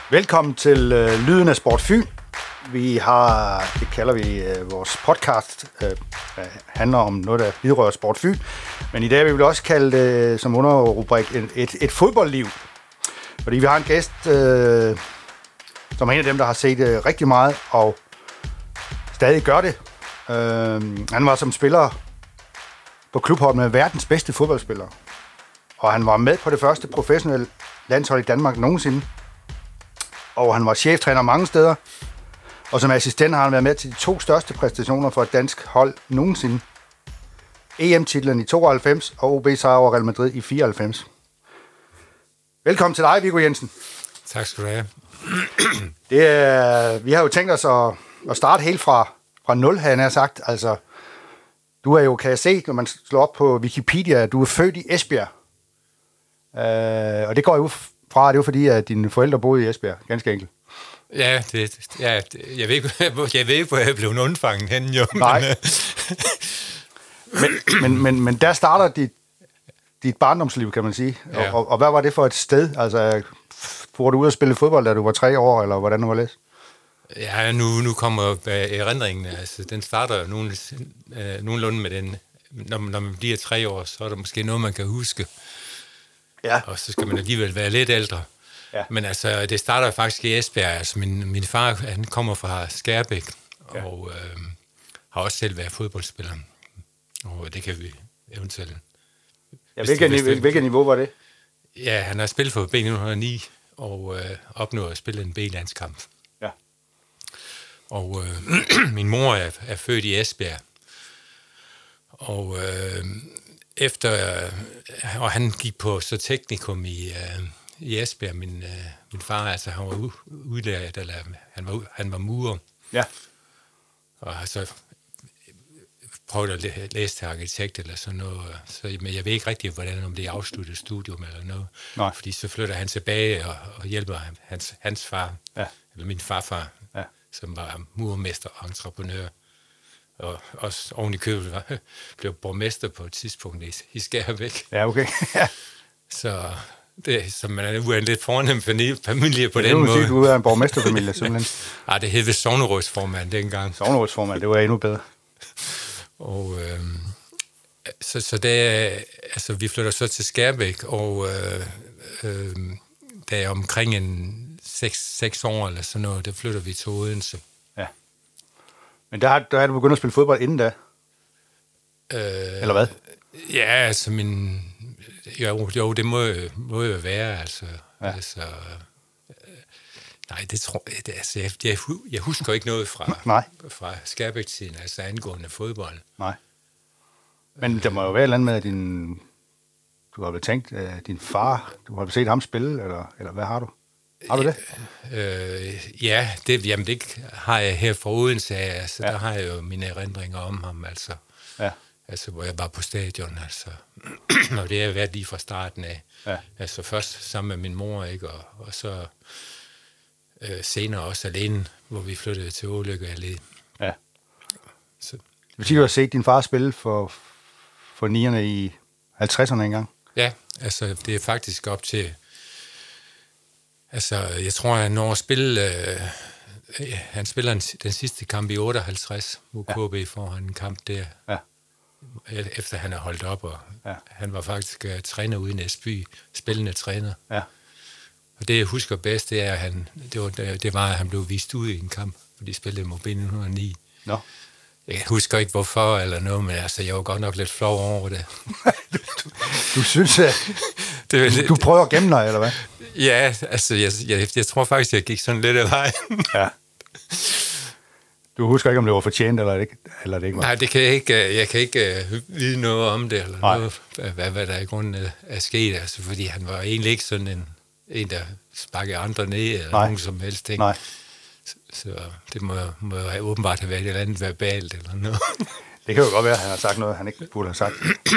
Velkommen til Lyden af Sport Fyn. Vi har, det kalder vi vores podcast, handler om noget, der vedrører Sport Fyn. Men i dag vil vi også kalde det som underrubrik et fodboldliv. Fordi vi har en gæst, som er en af dem, der har set rigtig meget og stadig gør det. Han var som spiller på klubhold med verdens bedste fodboldspillere. Og han var med på det første professionelle landshold i Danmark nogensinde. Og han var cheftræner mange steder. Og som assistent har han været med til de 2 største præstationer for et dansk hold nogensinde. EM-titlen i 92 og OB-sejr over Real Madrid i 94. Velkommen til dig, Viggo Jensen. Tak skal du have. Vi har jo tænkt os at starte helt fra 0, havde jeg sagt. Altså, du er jo, kan jeg se, når man slår op på Wikipedia, du er født i Esbjerg. Og det går jo fra, det er jo fordi, at dine forældre boede i Esbjerg, ganske enkelt. Ja, jeg ved ikke, hvor jeg blev undfanget henne, jo. Nej. Men der starter dit barndomsliv, kan man sige. Ja. Og hvad var det for et sted? Altså, hvor du ud og spille fodbold, da du var 3 år, eller hvordan du var læst? Ja, nu kommer erindringen. Altså, den starter nogenlunde med den. Når man bliver 3 år, så er der måske noget, man kan huske. Ja. Og så skal man alligevel være lidt ældre. Ja. Men altså, det starter faktisk i Esbjerg. Altså, min far, han kommer fra Skærbæk, ja. Og har også selv været fodboldspiller. Og det kan vi eventuelt... Ja, hvilket niveau var det? Ja, han har spillet for B909 og opnået at spille en B-landskamp. Ja. Og min mor er født i Esbjerg. Og og han gik på så teknikum i Esbjerg. Min far, altså han var udlært, eller han var murer. Ja. Og så prøvede at læse til arkitekt eller sådan noget. Men jeg ved ikke rigtig, om det er afsluttet studium eller noget. Nej. Fordi så flytter han tilbage og hjælper hans far, ja. Eller min farfar, ja. Som var murermester og entreprenør. Og også oven i købet blev borgmester på et tidspunkt i Skærbæk. Ja, okay. Ja. Så man er en lidt fornem familie på den måde. Det vil sige, du er en borgmesterfamilie, simpelthen. Nej, det hed vist sognerådsformand dengang. Sognerådsformand, det var endnu bedre. Og så altså vi flytter så til Skærbæk, og da jeg omkring en 6 år eller sådan noget, der flytter vi til Odense. Ja. Men der er du begyndt at spille fodbold inden da? Eller hvad? Ja, altså jo, det må jo være, altså. Ja. Nej, det tror jeg, altså, jeg husker ikke noget fra Skærbæk-tiden, altså angående fodbold. Nej. Men der må jo være et eller andet med, at du har vel tænkt, din far, du har set ham spille, eller hvad har du? Har du det? Ja, det har jeg her fra Odense, altså, ja. Der har jeg jo mine erindringer om ham, altså. Ja. Altså, hvor jeg var på stadion, altså. Og det har været lige fra starten af. Ja. Altså, først sammen med min mor, ikke? Og så senere også alene, hvor vi flyttede til Ålykke Allé. Ja. Så. Det vil sige, du har set din far spille for nierne i 50'erne engang? Ja, altså, det er faktisk op til... Altså, jeg tror, han når at spille... han spiller den sidste kamp i 58, hvor KB får en kamp der. Ja. Efter han er holdt op, og han var faktisk træner ude i Næsby, spillende træner. Ja. Og det, jeg husker bedst, det er, at det var, at han blev vist ud i en kamp, hvor de spillede mod B909. Nå. Jeg husker ikke, hvorfor eller noget, men altså, jeg var godt nok lidt flov over det. du synes, at du prøver at gemme dig, eller hvad? Ja, altså, jeg tror faktisk, jeg gik sådan lidt af vejen. Ja. Du husker ikke, om det var fortjent, eller det ikke var? Nej, det kan jeg kan ikke vide noget om det, eller noget, hvad der i grunden er sket, altså, fordi han var egentlig ikke sådan en der sparkede andre ned, eller nogen som helst ting. Nej. Så det må åbenbart have været et eller andet verbalt, eller noget. Det kan jo godt være, at han har sagt noget, han ikke burde have sagt.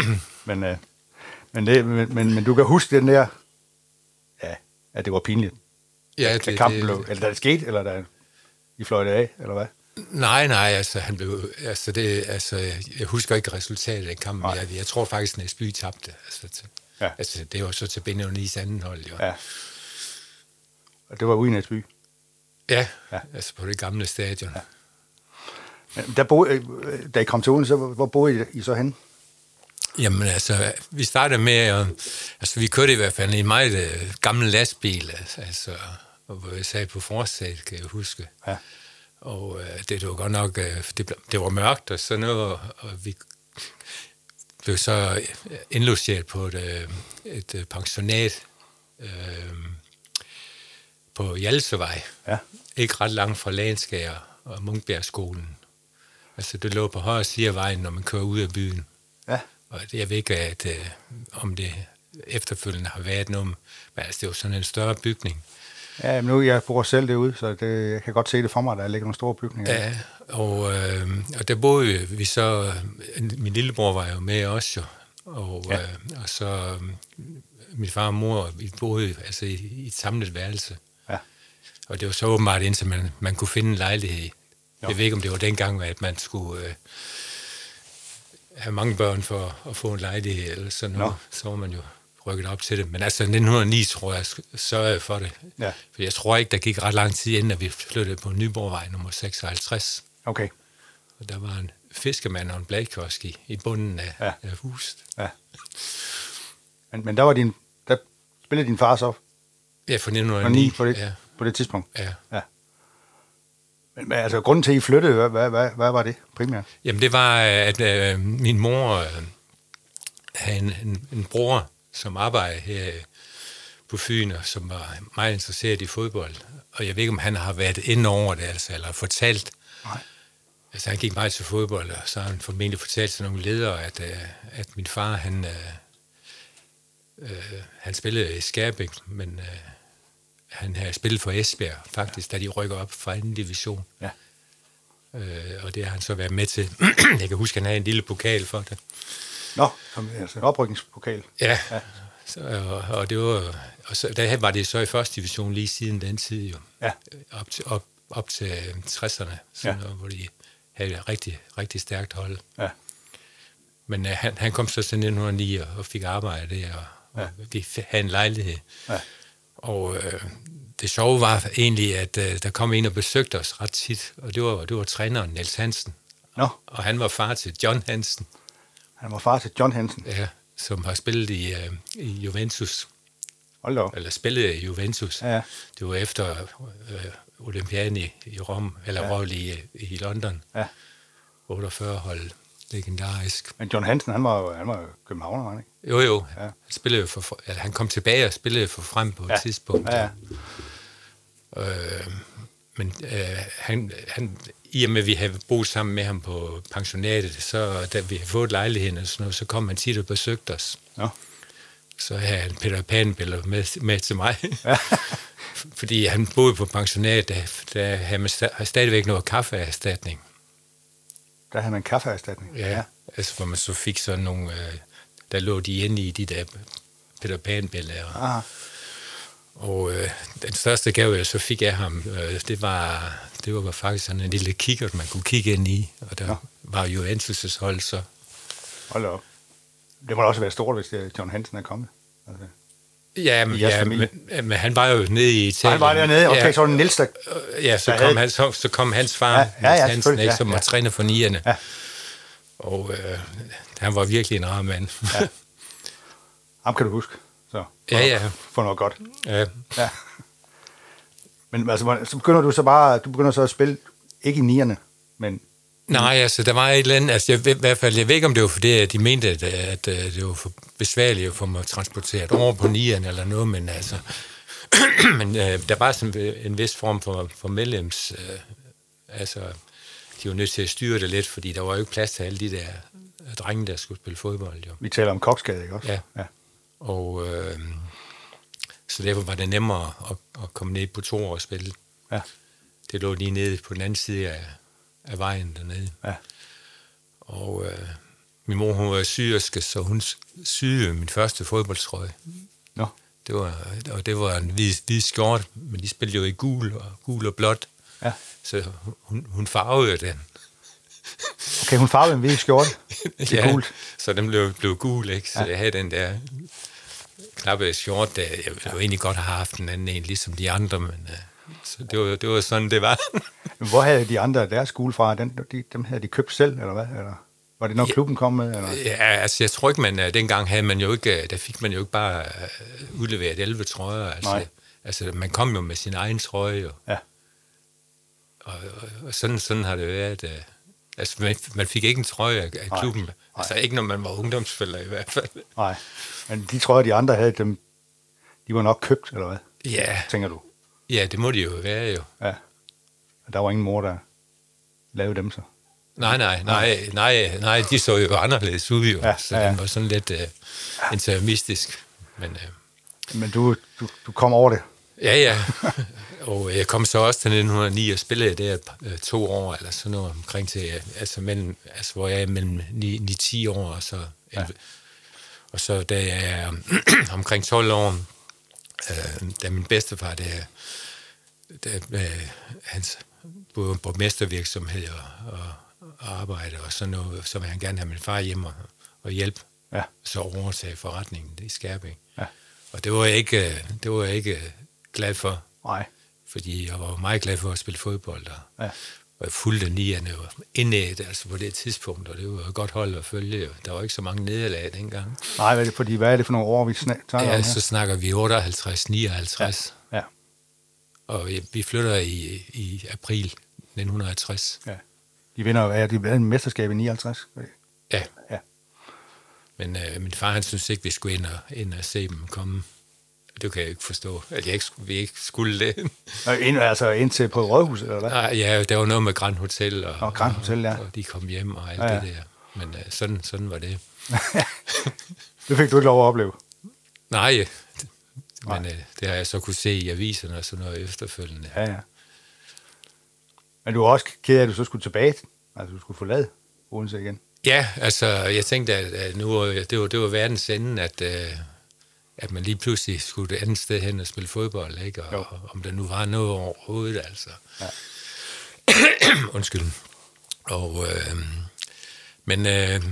men du kan huske den der, ja, at det var pinligt. Ja, da kampen blev, eller da det skete, eller da I fløjte af, eller hvad? Nej, altså han blev, jeg husker ikke resultatet af kampen. Jeg tror faktisk, at Næsby tabte. Altså det var så til B9's anden hold, jo. Ja. Og det var ude i Næsby? Ja, altså på det gamle stadion. Ja. Men da I kom til Odense, hvor boede I så henne? Jamen altså, vi startede med, vi kørte i hvert fald i en meget gammel lastbil, altså, hvor jeg sagde på forsædet, kan jeg huske. Ja. Og det var godt nok, det var mørkt og sådan noget, og vi blev så indlogeret på et pensionat på Hjalsevej. Ja. Ikke ret langt fra Lagenskær og Munkbjergskolen. Altså, det lå på højre side af vejen, når man kører ud af byen. Ja. Og jeg ved ikke, om det efterfølgende har været noget, men altså, det var sådan en større bygning. Ja, men nu jeg bor selv derude, så jeg kan godt se det for mig, der ligger nogle store bygninger. Ja, og der boede vi så, min lillebror var jo med også jo, og så min far og mor, vi boede altså i et samlet værelse. Ja. Og det var så åbenbart indtil man kunne finde en lejlighed. Jo. Jeg ved ikke, om det var dengang, at man skulle have mange børn for at få en lejlighed, eller sådan noget. Så var man jo rykket op til det. Men altså 1909, tror jeg, sørgede jeg for det. Ja. For jeg tror ikke, der gik ret lang tid inden, at vi flyttede på Nyborgvej nummer 56. Okay. Og der var en fiskemand og en bladkiosk i bunden af huset. Ja. Men der spillede din far så? Ja, for 1909. På det tidspunkt? Ja. Men altså, grunden til, at I flyttede, hvad var det primært? Jamen, det var, at min mor havde en bror, som arbejdede her på Fyn, og som var meget interesseret i fodbold. Og jeg ved ikke, om han har været inde over det, altså, eller fortalt. Nej. Altså, han gik meget til fodbold, og så har han formentlig fortalt til nogle ledere, at min far, han spillede i Skærbæk, men han havde spillet for Esbjerg, faktisk, da de rykker op fra 2. division. Ja. Og det har han så været med til. Jeg kan huske, at han havde en lille pokal for det. Nå, altså en oprykningspokal. Ja. Og det var, og så, der var det så i 1. division lige siden den tid jo. Ja. Op til 60'erne, hvor de havde et rigtig, rigtig stærkt hold. Ja. Men han kom så til 1909 og fik arbejde der, og vi havde en lejlighed. Ja. Og det sjove var egentlig, at der kom en og besøgte os ret tit, og det var træneren Niels Hansen. Nå. Og han var far til John Hansen. Han var far til John Hansen? Ja, som har spillet i Juventus. Hold da. Eller spillede i Juventus. Ja. Det var efter Olympiaden i Rom, eller Rom i London. Ja. 48-hold. Legendarisk. Men John Hansen, han var københavner, var han ikke? Jo. Ja. Han spillede han kom tilbage og spillede for frem på et tidspunkt. Ja. Men han, i og med, at vi havde boet sammen med ham på pensionatet, så da vi havde fået lejligheden og sådan noget, så kom han tit og besøgte os. Ja. Så havde han Peter Pan-billeder med til mig. Ja. Fordi han boede på pensionatet, der havde man stadigvæk noget kaffeerstatning. Der havde man kaffeerstatning? Ja, altså hvor man så fik sådan nogle, der lå de inde i de der Peter Pan-billeder. Aha. Og den største gave, jeg så fik af ham, det var faktisk sådan en lille kikkert, man kunne kigge ind i, og der var jo Juventus' hold, så. Hold op. Det må da også være stort, hvis John Hansen er kommet. Altså, men han var jo nede i Italien. Han var dernede, okay, så var det Niels, der... Ja, så kom hans far, Hansen, ikke, som var træner for nierne. Ja. Og han var virkelig en rar mand. Ja. Ham kan du huske. Så for noget godt. Ja. Men altså, så begynder du så at spille, ikke i nierne, men... Nej, altså, der var et eller andet, altså, jeg ved ikke, om det var fordi, at de mente, at det var for besværligt at få mig transporteret over på nierne eller noget, men altså, der var sådan en vis form for medlems, altså, de var nødt til at styre det lidt, fordi der var jo ikke plads til alle de der drenge, der skulle spille fodbold, jo. Vi taler om Koksgade, ikke også? Ja. Og så derfor var det nemmere at komme ned på 2 år og spille. Ja. Det lå lige nede på den anden side af vejen dernede. Ja. Og min mor, hun var syerske, så hun syede min første fodboldtrøje. Nå. Det var en hvid skjort, men de spillede jo i gul og blåt. Ja. Så hun farvede den. Okay, hun farvede en hvid skjort til gult. Så den blev gul, ikke? Så jeg havde den der knappe short, jeg ville jo egentlig godt have haft en anden en, ligesom de andre, men så det var sådan, det var. Hvor havde de andre deres skole fra? Dem havde de købt selv, eller hvad? Eller var det, når klubben kom med? Eller? Ja, altså jeg tror ikke, dengang havde man jo ikke, der fik man jo ikke bare udleveret 11 trøjer. Altså man kom jo med sin egen trøje, jo. Ja. Og sådan har det været. Altså man fik ikke en trøje af klubben. Nej. Altså ikke, når man var ungdomsspiller i hvert fald. Nej, men de trøjer, de andre havde, de var nok købt, eller hvad? Ja. Tænker du? Ja, det må de jo være, jo. Ja. Der var ingen mor, der lavede dem så. Nej, de så jo anderledes ud, jo. Ja, så den var sådan lidt interimistisk. Men du kom over det? Ja. Og jeg kom så også til 1909 og spillede der 2 år, eller sådan noget omkring til, hvor jeg er mellem 9-10 år, og så 11. Ja. Og så da jeg er omkring 12 år, da min bedstefar, hans både borgmestervirksomhed og arbejde og sådan noget, så ville han gerne have min far hjem og hjælpe, så overtage forretningen i Skærbæk. Ja. Og det var jeg ikke glad for. Nej. Fordi jeg var meget glad for at spille fodbold, og jeg fulgte nierne indædt, altså på det tidspunkt, og det var et godt hold at følge. Der var ikke så mange nederlag dengang. Nej, hvad er det for nogle år, vi snakker om her? Så snakker vi 58, 59. Ja. Og vi flytter i april 1960. Ja. De vinder en mesterskab i 59. Ja. Men min far, han synes ikke, vi skulle ind og se dem komme. Det kan jeg ikke forstå, at vi ikke skulle det. Ind til på rådhuset, eller hvad? Ja, der var noget med Grand Hotel, Grand Hotel, ja. Og de kom hjem og alt det der. Men sådan var det. Det fik du ikke lov at opleve? Nej, men det har jeg så kunne se i aviserne og sådan noget efterfølgende. Ja. Men du var også ked af, at du så skulle tilbage, altså du skulle forlade Odense igen? Ja, altså jeg tænkte, at nu det var verdens ende, at man lige pludselig skulle et andet sted hen og spille fodbold, ikke? Og om der nu var noget overhovedet, altså. Ja. Undskyld. Og, men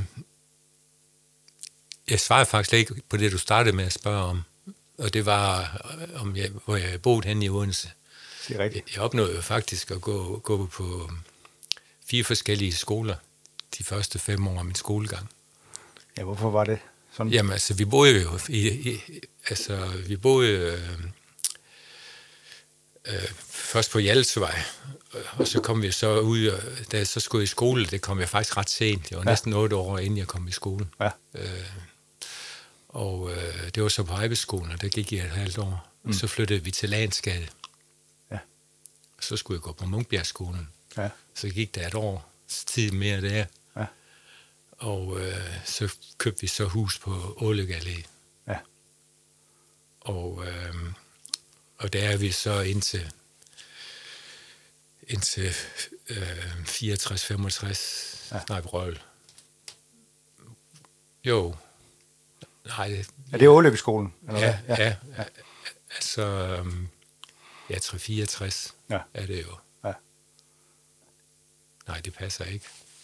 jeg svarede faktisk ikke på det, du startede med at spørge om. Og det var, hvor jeg boede henne i Odense. Det er rigtigt. Jeg opnåede jo faktisk at gå på 4 forskellige skoler de første 5 år af min skolegang. Ja, hvorfor var det sådan? Jamen, altså, vi boede jo først på Hjalsvej, og så kom vi så ud, og da jeg så skulle i skole, det kom jeg faktisk ret sent. Jeg var næsten 8 år, inden jeg kom i skole. Ja. Det var så på Ejbeskolen, og der gik jeg et halvt år. Og så flyttede vi til Landsgade. Ja. Og så skulle jeg gå på Munkbjergskolen. Ja. Så gik der et år tid mere der. Ja. Og så købte vi så hus på Ålæg Allé. Ja. Og der er vi så indtil 64-65. Ja. Nej, Brøl. Jo. Nej. Er det Ålægskolen? Ja. Altså, 364 er det jo. Ja. Nej, det passer ikke.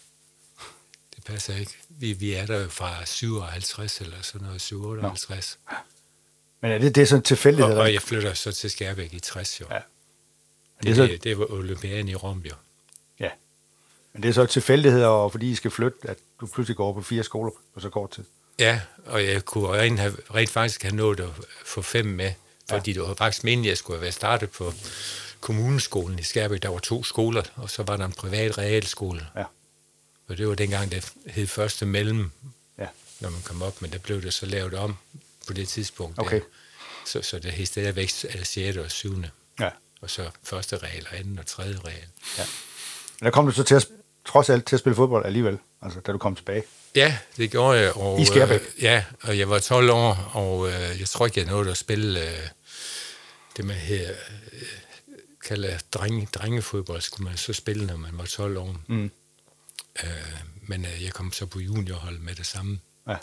Vi er der fra 57 eller sådan noget, 57. No. Men er det sådan tilfældigt? Og jeg flytter så til Skærbæk i 60 år. Ja. Det var Olympiaden i Rom, jo. Ja. Men det er så tilfældigheder, og fordi I skal flytte, at du pludselig går på 4 skoler på så kort tid? Ja, og jeg kunne rent faktisk have nået at få 5 med, fordi det var faktisk meningen, at jeg skulle have været startet på kommuneskolen i Skærbæk. Der var 2 skoler, og så var der en privat realskole. Ja. Og det var dengang, det hed første mellem, når man kom op, men der blev det så lavet om på det tidspunkt. Okay. Så det hed stadigvæk 6. og 7. Ja. Og så første regel, og anden og tredje regel. Ja. Men der kom du så trods alt til at spille fodbold alligevel, altså da du kom tilbage? Ja, det gjorde jeg. Og, i Skærbæk? Og jeg var 12 år, og jeg tror ikke, jeg nåede at spille det, man kalder drengefodbold, skulle man så spille, når man var 12 år. Mm. Men jeg kom så på juniorhold med det samme. Ja.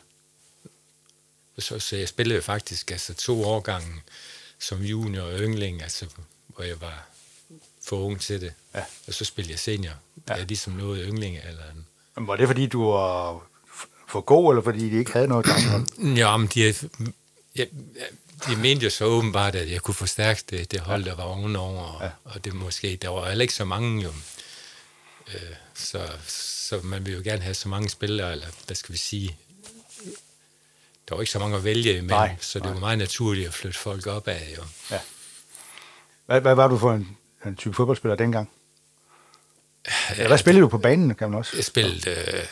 Så jeg spillede faktisk 2 årgange som junior og yngling, altså, hvor jeg var for ung til det. Ja. Og så spillede jeg senior. Ja. Jeg er ligesom noget ynglingealderen. Men var det, fordi du var for god, eller fordi de ikke havde noget drenghold? Ja, men de mente jo så åbenbart, at jeg kunne forstærke det hold, der var ovenover, og det måske, der var heller ikke så mange jo. Så man vil jo gerne have så mange spillere, eller hvad skal vi sige, der var ikke så mange at vælge imellem, så det var meget naturligt at flytte folk op af jo. Ja. Hvad var du for en type fodboldspiller dengang? Hvad spillede du på banen, kan man også? Jeg spillede,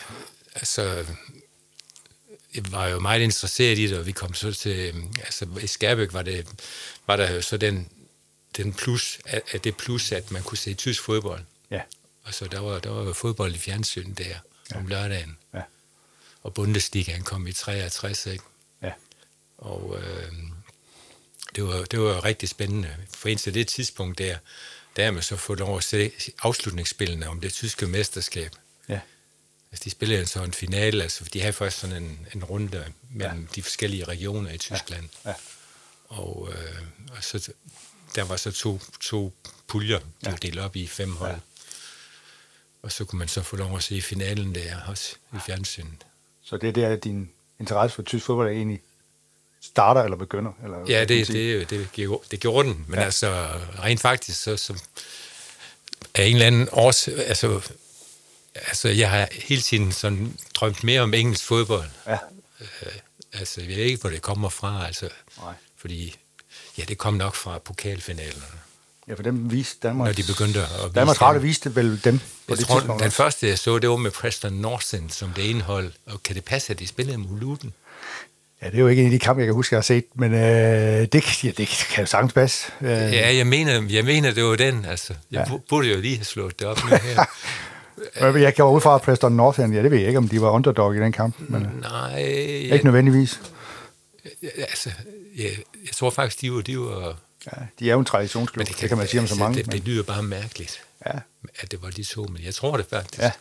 jeg var jo meget interesseret i det, og vi kom så til, i Skærbæk var der jo så den plus, at man kunne se tysk fodbold. Ja. Og så der var jo fodbold i fjernsynet der om lørdagen. Ja. Og Bundesligaen kom i 63, ikke? Ja. Og det var rigtig spændende. For indtil det tidspunkt der har man så fået lov at se afslutningsspillene om det tyske mesterskab. Ja. Altså, de spillede så en finale, altså de havde først sådan en runde mellem de forskellige regioner i Tyskland. Ja. Og så der var så to puljer, de var delt op i 5 hold. Ja. Og så kunne man så få lov at se finalen der også i fjernsynet. Så det er der, din interesse for tysk fodbold er egentlig starter eller begynder? Eller ja, det gjorde den. Men altså, rent faktisk, så er en eller anden års... Altså, jeg har hele tiden sådan drømt mere om engelsk fodbold. Ja. Jeg ved ikke, hvor det kommer fra, altså. Nej. Fordi, det kom nok fra pokalfinalerne. Ja, for dem viste Danmark... Når de begyndte at vise Danmarks Radio viste vel dem på det tidspunkt. Den første, jeg så, det var med Preston North End som det ene hold. Og kan det passe, at de spillede mod Luton? Ja, det er jo ikke en af de kampe, jeg kan huske, jeg har set, men det kan jo sagtens passe. Ja, jeg mener, det var den, altså. Jeg burde jo lige have slået det op nu her. Jeg kan ud fra Preston North End, det ved jeg ikke, om de var underdog i den kamp. Men nej. Ikke nødvendigvis. Altså, jeg tror faktisk, de var... Ja, de er jo en traditionsklub, det kan man sige om så mange. Det lyder bare mærkeligt, at det var de to, men jeg tror det faktisk. Ja.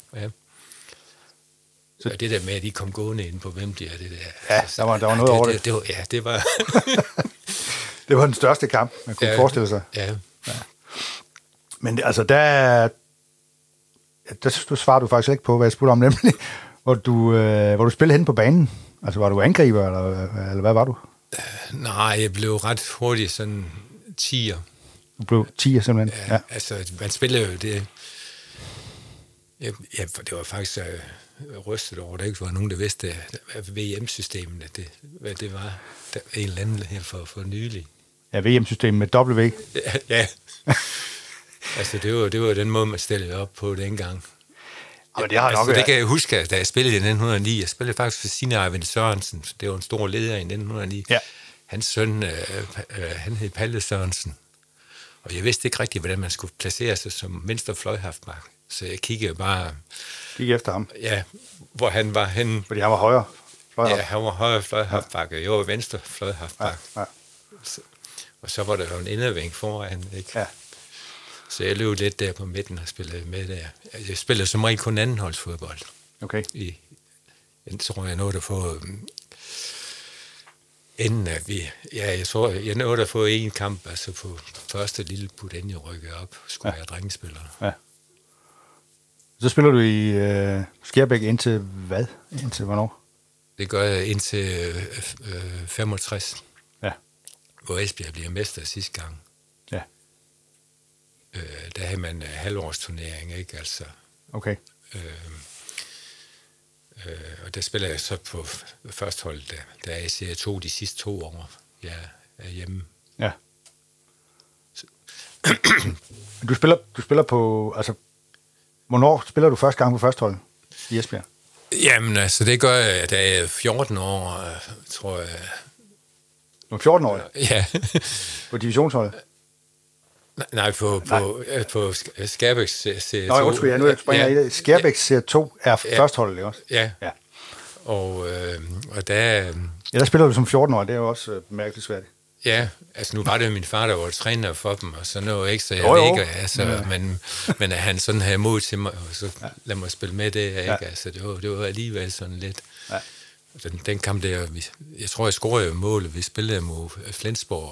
Så det der med, at de kom gående ind på hvem de er, det der... Ja, der var noget over det. Det var... det var den største kamp, man kunne forestille sig. Ja. Men altså, der svarer du faktisk ikke på, hvad jeg spurgte om, nemlig, hvor du spillede hen på banen. Altså, var du angriber, eller hvad var du? Nej, jeg blev ret hurtigt sådan 10'er. Du blev 10'er simpelthen? Ja. Altså, man spillede jo det... for det var faktisk rystet over, der ikke var nogen, der vidste, at VM-systemet, hvad det var. Der en eller anden her for nylig. Ja, VM-systemet med W. Ja. Altså, det var den måde, man stillede op på dengang. Men det har nok det kan jeg huske, da jeg spillede i 1909. Jeg spillede faktisk for Signe Eivind Sørensen. Det var en stor leder i 1909. Ja. Hans søn, han hed Palle Sørensen. Og jeg vidste ikke rigtigt, hvordan man skulle placere sig som venstre fløjhalfback. Så jeg kiggede bare... Gik efter ham? Ja, hvor han var henne. Fordi han var højre fløjhalfback? Ja, han var højre fløjhalfback, og jeg var venstre fløjhalfback. Ja. Og så var der jo en inderving foran, ikke? Ja. Så jeg løb lidt der på midten og spillede med der. Jeg spillede som regel kun andenholdsfodbold. Okay. Jeg tror, jeg nåede at få... Inden at jeg tror, jeg nåede at få en kamp, altså på første lille put, inden jeg rykkede op, skulle jeg drengespillere. Ja. Så spiller du i Skærbæk indtil hvad? Indtil hvornår? Det gør jeg indtil 65. Ja. Hvor Esbjerg bliver mester sidste gang. Ja. Der havde man halvårsturnering, ikke? Altså. Okay. Og der spiller jeg så på førstehold, der er jeg 2 de sidste 2 år, jeg er hjemme. Ja. Du spiller på, altså, hvornår spiller du første gang på førstehold i Esbjerg? Jamen, altså, det gør jeg, da jeg er 14 år, tror jeg. Du er 14 år? Ja. På divisionsholdet? Nej, på Skærbæks serie 2. Nå, undskyld, nu springer jeg i det. Skærbæks serie 2 er førsteholdet, ikke også? Ja. Og der... Ja, der spiller du som 14 år, det er jo også bemærkelsesværdigt. Ja, altså nu var det jo min far, der var træner for dem, og så noget ekstra, jeg ved ikke, altså, men at han sådan havde mod til mig, og så lad mig spille med det, ikke? Altså, det var alligevel sådan lidt... Ja. Den kamp der, jeg tror, jeg scorede målet, vi spillede mod Flensborg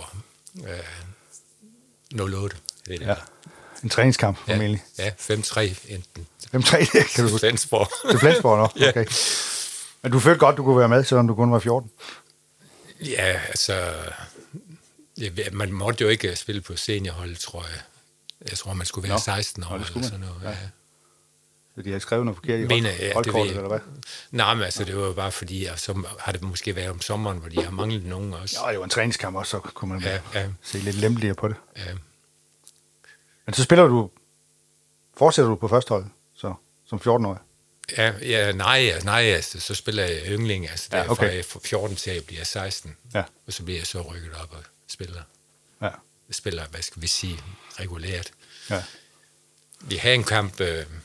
08. Ja, en træningskamp formentlig. Ja, 5-3 enten. 5-3, kan du huske. Flensborg. Til Flensborg, nå? Okay. Men du følte godt, du kunne være med, selvom du kun var 14? Ja, altså... man måtte jo ikke spille på seniorholdet, tror jeg. Jeg tror, man skulle være 16 år eller sådan noget. Ja. Så de har skrevet noget forkert i holdkortet, eller hvad? Nej, men altså, det var jo bare fordi, og så har det måske været om sommeren, hvor de har manglet nogen også. Ja, det var en træningskamp også, så kunne man se lidt lempeligere på det. Ja. Men så fortsætter du på førsteholdet, så som 14-årig? Nej, altså, så spiller jeg yndling, altså det er fra 14 til jeg bliver 16, og så bliver jeg så rykket op og spiller. Ja. Spiller, hvad skal vi sige, regulært. Ja. Vi havde en kamp,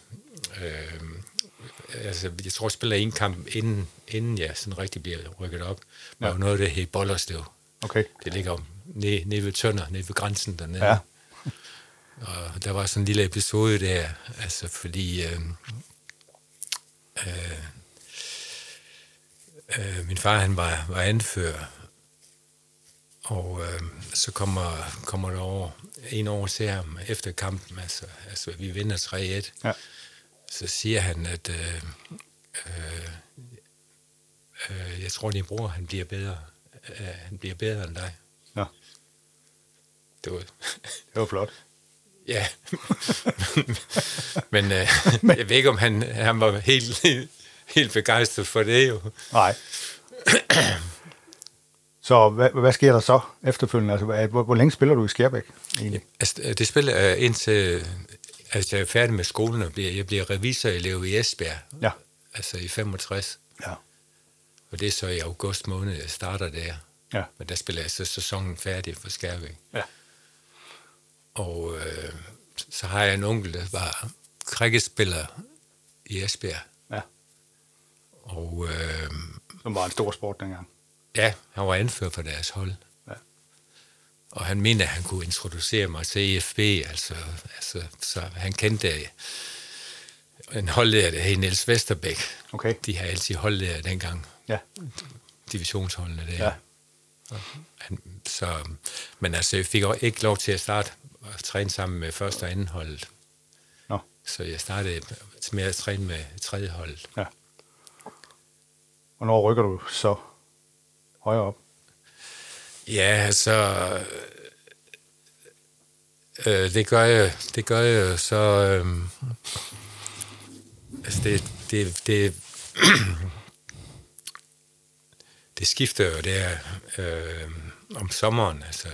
altså jeg tror, jeg spiller en kamp, inden jeg sådan rigtig bliver rykket op. Der var noget, der hed Bollerslev. Okay. Det ligger nede ved Tønder, nede ved grænsen dernede. Ja. Og der var sådan en lille episode der, altså fordi min far, han var anfører, og så kommer der over en år til ham efter kampen, altså vi vinder 3-1. Ja. Så siger han, at jeg tror, din bror, han bliver bedre end dig. Ja. Det var flot. Ja, men jeg ved ikke, om han var helt begejstret for det jo. Nej. Så hvad sker der så efterfølgende? Altså, hvor længe spiller du i Skærbæk egentlig? Altså, det spiller jeg indtil jeg er færdig med skolen, og jeg bliver revisorelev i Esbjerg. Ja. Altså i 65. Ja. Og det er så i august måned, jeg starter der. Ja. Men der spiller jeg så sæsonen færdig for Skærbæk. Ja. Og så har jeg en onkel, der var cricketspiller i Esbjerg. Ja. Og som var en stor sport dengang. Ja, han var anfører for deres hold. Ja. Og han mente, at han kunne introducere mig til EFB, altså så han kendte en holdleder, der hed Niels Vesterbæk. Okay. De har altid holdleder dengang. Ja. Divisionsholdene der. Ja. Men altså, jeg fik ikke lov til at starte og træne sammen med første og anden holdet. Nå. Så jeg startede med at træne med tredje holdet. Ja. Hvornår rykker du så højere op? Ja, altså... det gør jeg så... altså, det skifter jo der om sommeren, altså...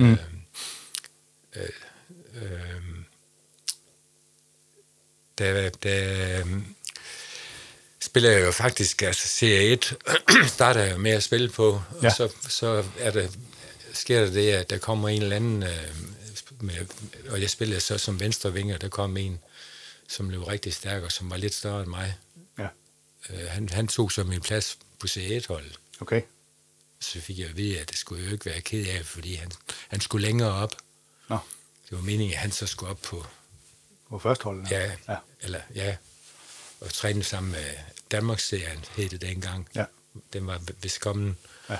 Der spiller jeg jo faktisk, altså Serie 1 starter jeg med at spille på, og så sker der det, at der kommer en eller anden, og jeg spiller så som venstre vinger, der kom en, som blev rigtig stærk, og som var lidt større end mig. Ja. Han tog så min plads på C1-holdet. Okay. Så fik jeg at vide, at det skulle jeg jo ikke være ked af, fordi han skulle længere op. Nå. Det var meningen, at han så skulle op på førsteholdet? Ja, og træne sammen med Danmarksserien, hed det dengang. Ja. Den var vist kommet. Ja.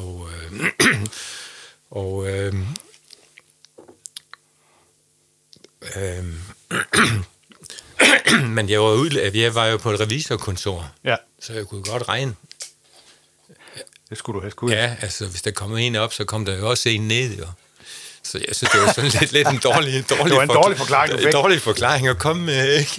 Men jeg var jo på et revisorkontor, så jeg kunne godt regne. Det skulle du helst kunne. Ja, altså hvis der kom en op, så kom der jo også en ned, jo. Så jeg synes, det var sådan lidt en dårlig forklaring. En dårlig forklaring at komme med, ikke?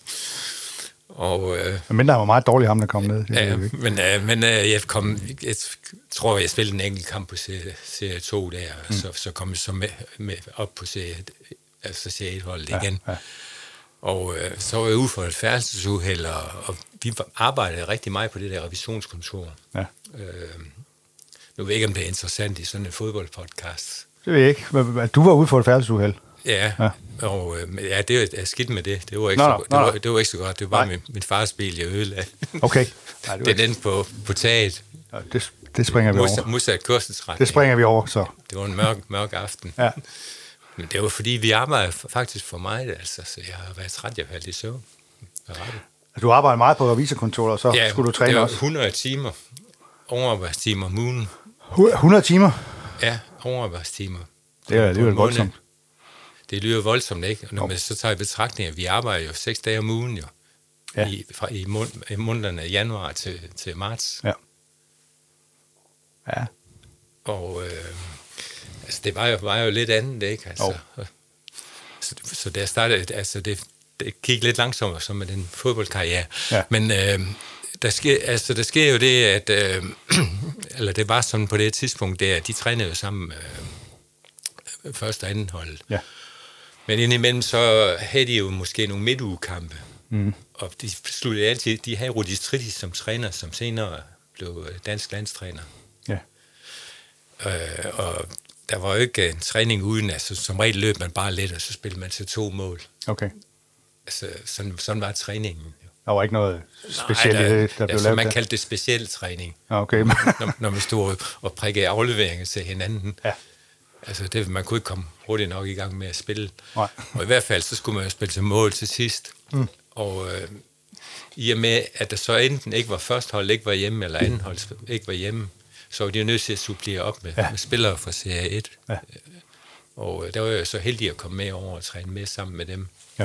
Men der var meget dårligt ham, der kom ned. Men jeg tror, jeg spillede en enkelt kamp på serie 2 der, og så kom jeg så med op på serie 1-holdet igen. Ja. Og så var jeg ude for et færdselsuheld, og vi arbejdede rigtig meget på det der revisionskontor. Ja. Nu ved jeg ikke, om det er interessant i sådan en fodboldpodcast. Det ved jeg ikke. Men du var ude for et færdselsuheld. Ja. Og det er skidt med det. Det var ikke så godt. Det var bare min fars bil, jeg ødelagde. Okay. Nej, det er den på taget. Ja, det springer vi over. Modsat kørselsretning. Det springer vi over, så. Det var en mørk aften. Ja. Men det var fordi, vi arbejder faktisk for mig, altså. Så jeg har været træt, jeg faldt i søvn. Du arbejder meget på revisorkontoret, og så skulle du træne også? Ja, 100 timer. Overarbejdstimer om ugen. 100 timer? Ja, overarbejdstimer. Det er alligevel voldsomt. Det lyder voldsomt, ikke? Når man så tager i betragtning, at vi arbejder jo 6 dage om ugen, jo. Ja. I månederne januar til marts. Ja. Ja. Og altså, det var jo lidt andet, ikke? Altså, så der startede, altså det gik lidt langsommere som med den fodboldkarriere. Ja. Men der sker jo det, at eller det var sådan på det tidspunkt, der de trænede jo sammen første og anden hold. Ja. Men indimellem så havde de jo måske nogle midtugekampe. Og de sluttede altid, de havde Rudi Stridis som træner, som senere blev dansk landstræner. Ja. Og der var jo ikke en træning uden, altså som regel løb man bare lidt, og så spillede man til 2 mål. Okay. Altså sådan var træningen. Der var ikke noget specielt, der blev lavet? Man kaldte det speciel træning. Okay. når man stod og prikkede afleveringer til hinanden. Ja. Altså man kunne ikke komme hurtigt nok i gang med at spille. Nej. Og i hvert fald, så skulle man jo spille til mål til sidst. Og i og med, at der så enten ikke var første hold, ikke var hjemme, eller anden hold ikke var hjemme, så var de jo nødt til at supplere op med spillere fra Serie 1. Ja. Og der var jeg så heldig at komme med over og træne med sammen med dem. Ja.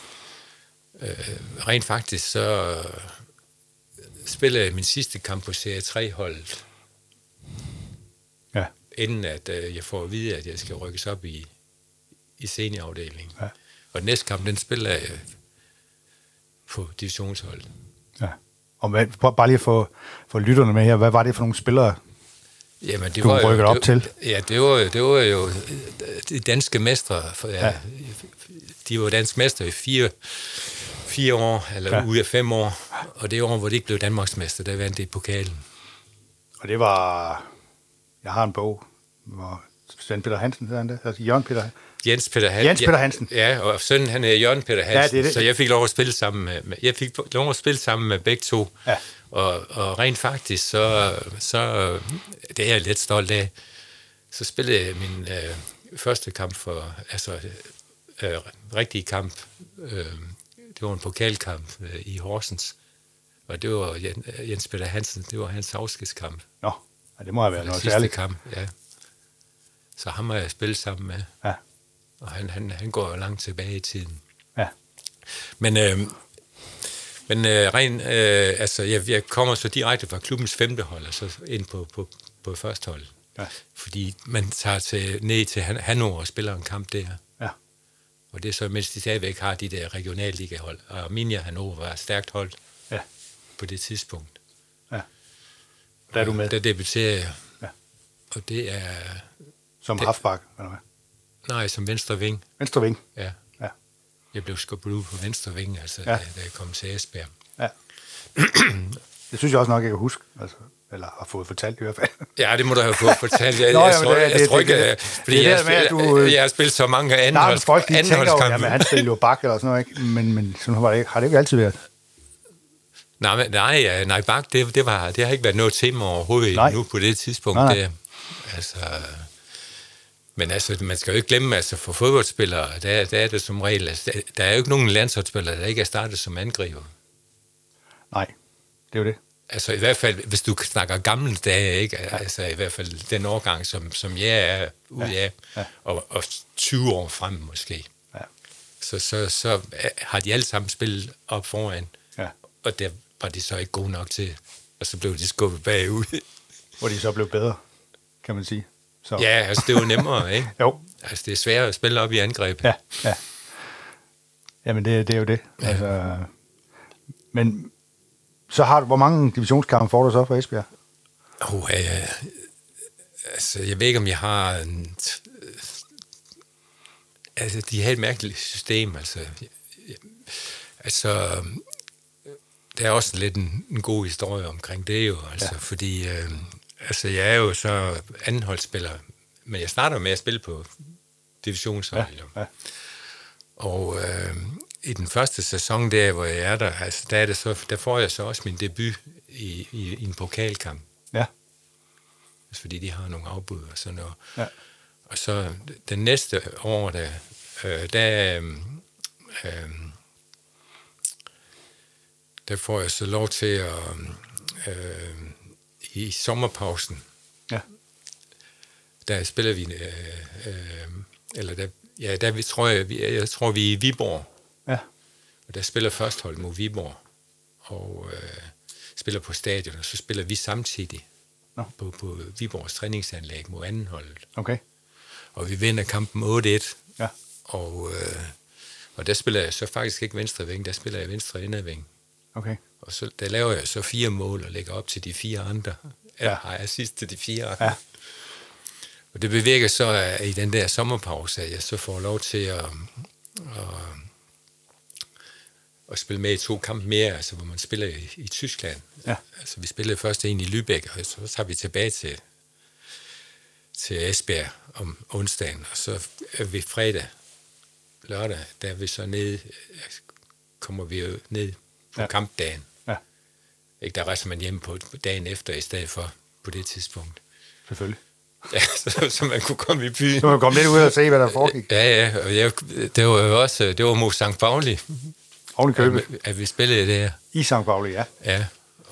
Rent faktisk så spillede jeg min sidste kamp på Serie 3-holdet. Ja. Inden at jeg får at vide, at jeg skal rykkes op i seniorafdelingen. Ja. Og den næste kamp, den spiller jeg på divisionsholdet. Ja. Og bare lige at få lytterne med her, hvad var det for nogle spillere, jamen, det du rykkede op til? Ja, det var jo de danske mestre. Ja. De var dansk mestre i 4 år, eller ud af 5 år. Og det år, hvor de ikke blev Danmarksmester, der vandt det i pokalen. Og det var... Jeg har en bog, hvor Svend Peter Hansen hedder han det? Altså Jens Peter Hansen. Ja, og sønnen han er Jørgen Peter Hansen, ja, det. Så jeg fik lov at spille sammen med begge to. Ja. Og rent faktisk, så det er jeg lidt stolt af, så spillede jeg min første kamp for, altså rigtig kamp, det var en pokalkamp i Horsens, og det var Jens Peter Hansen, det var hans afskedskamp. Nå, ja, det må have været noget særligt. Kamp, ja. Så ham har jeg spillet sammen med. Ja. Og han går jo langt tilbage i tiden. Ja. Men altså, jeg kommer så direkte fra klubbens 5. hold, altså ind på første hold. Ja. Fordi man tager ned til Hannover og spiller en kamp der. Ja. Og det er så, mens de stadigvæk har de der regionalligahold. Og Arminia Hannover var et stærkt hold på det tidspunkt. Ja. Der er du med? Der debuterer jeg. Ja. Og det er... Som halfback, eller hvad? Nej, som venstre ving. Venstre ving? Ja. Jeg blev skubbet ud på venstre ving, altså, da jeg kom til Esbjerg. Ja. Det synes jeg også nok, jeg kan huske. Altså, eller har fået fortalt i hvert fald. Ja, det må du have fået fortalt. Jeg tror ikke, fordi jeg har spillet så mange andenholdskampe. Folk tænker jo, jamen han spiller jo bak eller sådan noget, ikke? Men sådan har det ikke altid været. Nej, bak, det har ikke været noget tema overhovedet nu på det tidspunkt. Nej. Det, altså... Men altså, man skal jo ikke glemme, altså for fodboldspillere, der er det som regel, altså, der er jo ikke nogen landsholdsspillere, der ikke er startet som angriber. Nej, det er jo det. Altså i hvert fald, hvis du snakker gamle dage, ikke? Altså i hvert fald den årgang, som jeg er ude af, og 20 år frem måske. Ja. Så har de alle sammen spillet op foran, og der var de så ikke gode nok til, og så blev de skubbet bagud. Hvor de så blev bedre, kan man sige. Så. Ja, altså det er jo nemmere, ikke? Jo. Altså det er sværere at spille op i angreb. Ja. Jamen det er jo det. Ja. Altså, men så hvor mange divisionskampe får du så for Esbjerg? Altså jeg ved ikke, om jeg har altså de har et mærkeligt system, altså der er også lidt en god historie omkring det jo, altså fordi altså, jeg er jo så andenholdsspiller, men jeg starter med at spille på divisionshold. Ja. Og i den første sæson der, hvor jeg er der, altså, der får jeg så også min debut i en pokalkamp. Ja. Altså, fordi de har nogle afbud og sådan noget. Ja. Og så den næste år, der får jeg så lov til at... i sommerpausen, der spiller vi, jeg tror vi er i Viborg, og der spiller førstehold mod Viborg, og spiller på stadion, og så spiller vi samtidig. på Viborgs træningsanlæg mod andenholdet. Okay. Og vi vinder kampen 8-1. Ja. Og der spiller jeg så faktisk ikke venstre ving, der spiller jeg venstre inderving. Okay. Og så der laver jeg så 4 mål og lægger op til de 4 andre. Ja. Har jeg sidst til de 4 andre. Ja. Og det bevirker så i den der sommerpause, at jeg så får lov til at spille med i 2 kampe mere, altså hvor man spiller i Tyskland. Ja. Altså vi spillede først en i Lübeck, og så tager vi tilbage til Esbjerg om onsdagen, og så er vi lørdag, der er vi så nede, kommer vi jo ned på kampdagen. Ja. Ikke, der rejser man hjem på dagen efter, i stedet for på det tidspunkt. Selvfølgelig. Ja, så man kunne komme i byen. Så man kunne komme lidt ud og se, hvad der foregik. Ja, og det var jo også, det var mod St. Pauli. Oven i købet. At vi spillede der. I St. Pauli, ja. Ja,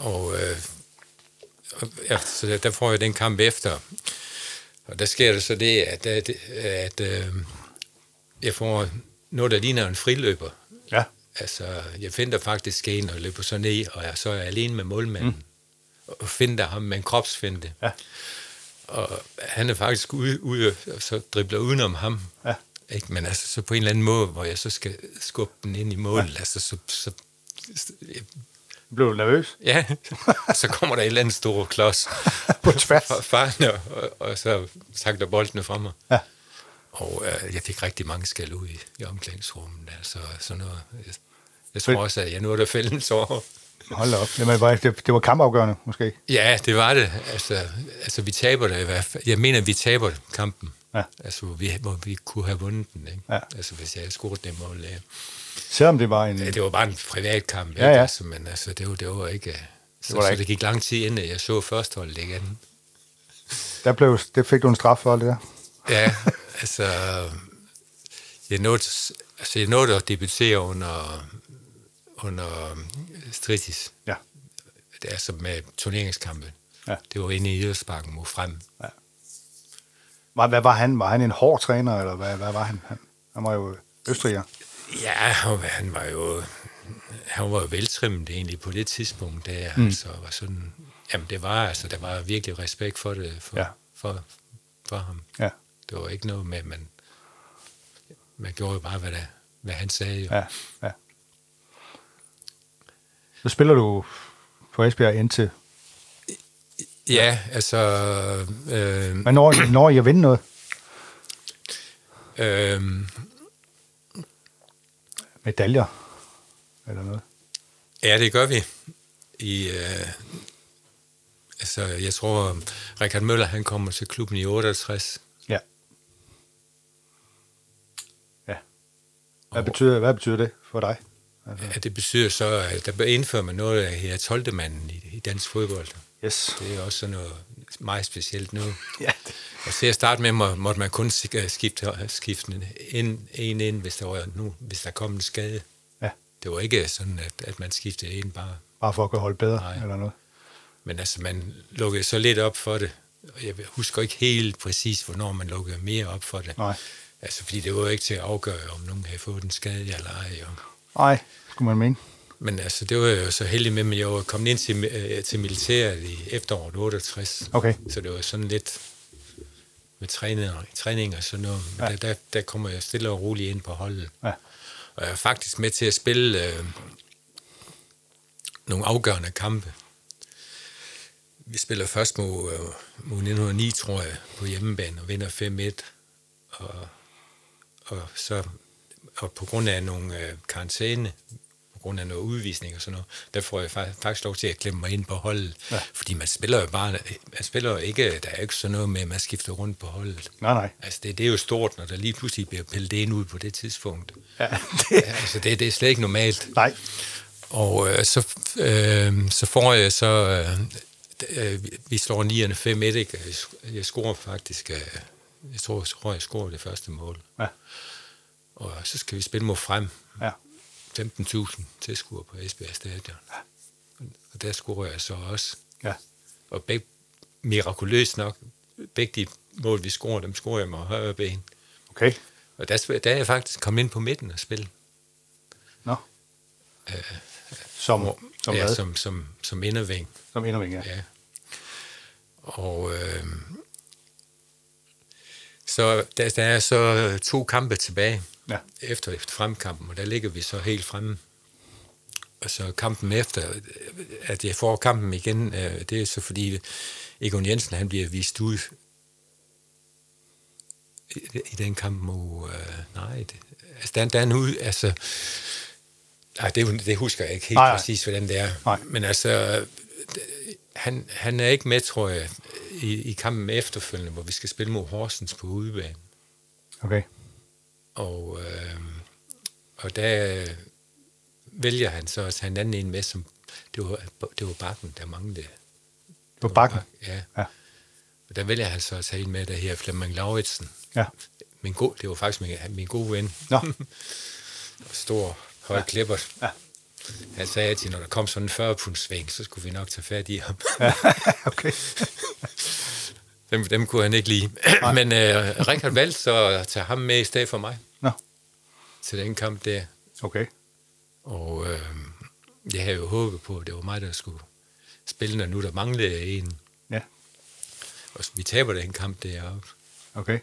så der får jeg den kamp efter. Og der sker det så det, at jeg får noget, der ligner en friløber. Ja. Altså, jeg finder faktisk en og løber så ned, og så er jeg alene med målmanden. Og finder ham med en kropsfinte. Ja. Og han er faktisk ude og så dribler udenom ham. Ja. Ikke? Men altså, så på en eller anden måde, hvor jeg så skal skubbe den ind i målet, altså, så blev du nervøs? Ja, så kommer der et eller andet stor klods på tværs fra faren, og så sagte bolden fra mig. Ja. Og jeg fik rigtig mange skæld ud i omklædningsrummet. Altså, sådan noget. Jeg tror også, at jeg nåede at fælde en sår. Hold da op. Det var kampafgørende, måske? Ja, det var det. Altså vi taber det i hvert fald. Jeg mener, vi taber kampen. Ja. Altså, hvor vi kunne have vundet den. Ikke? Ja. Altså, hvis jeg havde scoret det mål. Ja. Selvom det var en... Ja, det var bare en privat kamp. Ja, ja. Altså, men altså, det var ikke... Så det gik lang tid inden, jeg så førsteholdet igen. Det fik du en straf for, det der? Ja, altså... Jeg nåede at debutere under Stritis. Ja. Det er som med turneringskampe. Ja. Det var inde i Idrætsparken mod Frem. Ja. Hvad var han? Var han en hård træner, eller hvad var han? Han var jo østriger. Ja, han var jo veltrimmet egentlig på det tidspunkt. Der, altså, var sådan, jamen det var altså, der var virkelig respekt for det, for ham. Ja. Det var ikke noget med, man gjorde jo bare, hvad han sagde. Jo. Ja, ja. Så spiller du på Esbjerg indtil... Ja, altså... Men når I at vinde noget? Medaljer? Eller noget? Ja, det gør vi. Jeg tror, Richard Møller, han kommer til klubben i 68. Ja. Ja. Hvad betyder det for dig? Altså. Ja, det betyder så, at der indfører man noget af her 12. manden i dansk fodbold. Yes. Det er også sådan noget meget specielt nu. Ja. Og til at starte med, måtte man kun skifte en, hvis der kom en skade. Ja. Det var ikke sådan, at man skiftede en bare for at kunne holde bedre. Nej. Eller noget. Men altså, man lukkede så lidt op for det. Jeg husker ikke helt præcis, hvornår man lukkede mere op for det. Nej. Altså, fordi det var jo ikke til at afgøre, om nogen havde fået en skade eller ej. Nej, skulle man mene. Men altså, det var jeg jo så heldig med, at jeg var kommet ind til militæret i efteråret 68. Okay. Så det var sådan lidt med træning og sådan noget. Ja. Der kommer jeg stille og roligt ind på holdet. Ja. Og jeg er faktisk med til at spille nogle afgørende kampe. Vi spiller først mod 1909, tror jeg, på hjemmebane og vinder 5-1. Og på grund af nogle karantæne, på grund af noget udvisning og sådan noget, der får jeg faktisk lov til at klemme mig ind på holdet. Ja. Fordi man spiller jo ikke, der er ikke sådan noget med, at man skifter rundt på holdet. Nej. Altså det er jo stort, når der lige pludselig bliver pillet ind ud på det tidspunkt. Ja. Altså det er slet ikke normalt. Nej. Og så får jeg så... vi slår 9'erne 5-1, ikke? Jeg scorer faktisk... Jeg tror, jeg scorer det første mål. Ja. Og så skal vi spille mod Frem. Ja. 15.000 tilskuere på Esbjerg Stadion. Ja. Og der scorer jeg så også. Ja. Og mirakuløst nok, begge de mål, vi scorer, dem scorer jeg med højre ben. Okay. Og der er jeg faktisk kommet ind på midten og spille. Nå. Som inderving. Som inderving, ja. Og så der er så 2 kampe tilbage efter fremkampen, og der ligger vi så helt fremme. Og så kampen efter, at jeg får kampen igen, det er så fordi Egon Jensen, han bliver vist ud i den kamp mod... der er nu... Altså, det husker jeg ikke helt præcis, hvordan det er. Nej. Men altså, han er ikke med, tror jeg, i kampen efterfølgende, hvor vi skal spille mod Horsens på udebane. Okay. Og der vælger han så at tage en anden en med, som det var Bakken, der manglede. Det var Bakken? Ja. Og der vælger han så at tage en med, der her Flemming Lauritsen. Ja. Det var faktisk min gode ven. Nå. Stor, høj klipper. Ja. Han sagde til, når der kom sådan en 40-punds-sving, så skulle vi nok tage fat i ham. Ja, okay. Dem kunne han ikke lide. Men Richard valgte så at tage ham med i stedet for mig. Nå. Til den kamp der. Okay. Og jeg havde jo håbet på, at det var mig, der skulle spille, når nu der manglede en. Ja. Og vi taber den kamp deroppe. Okay.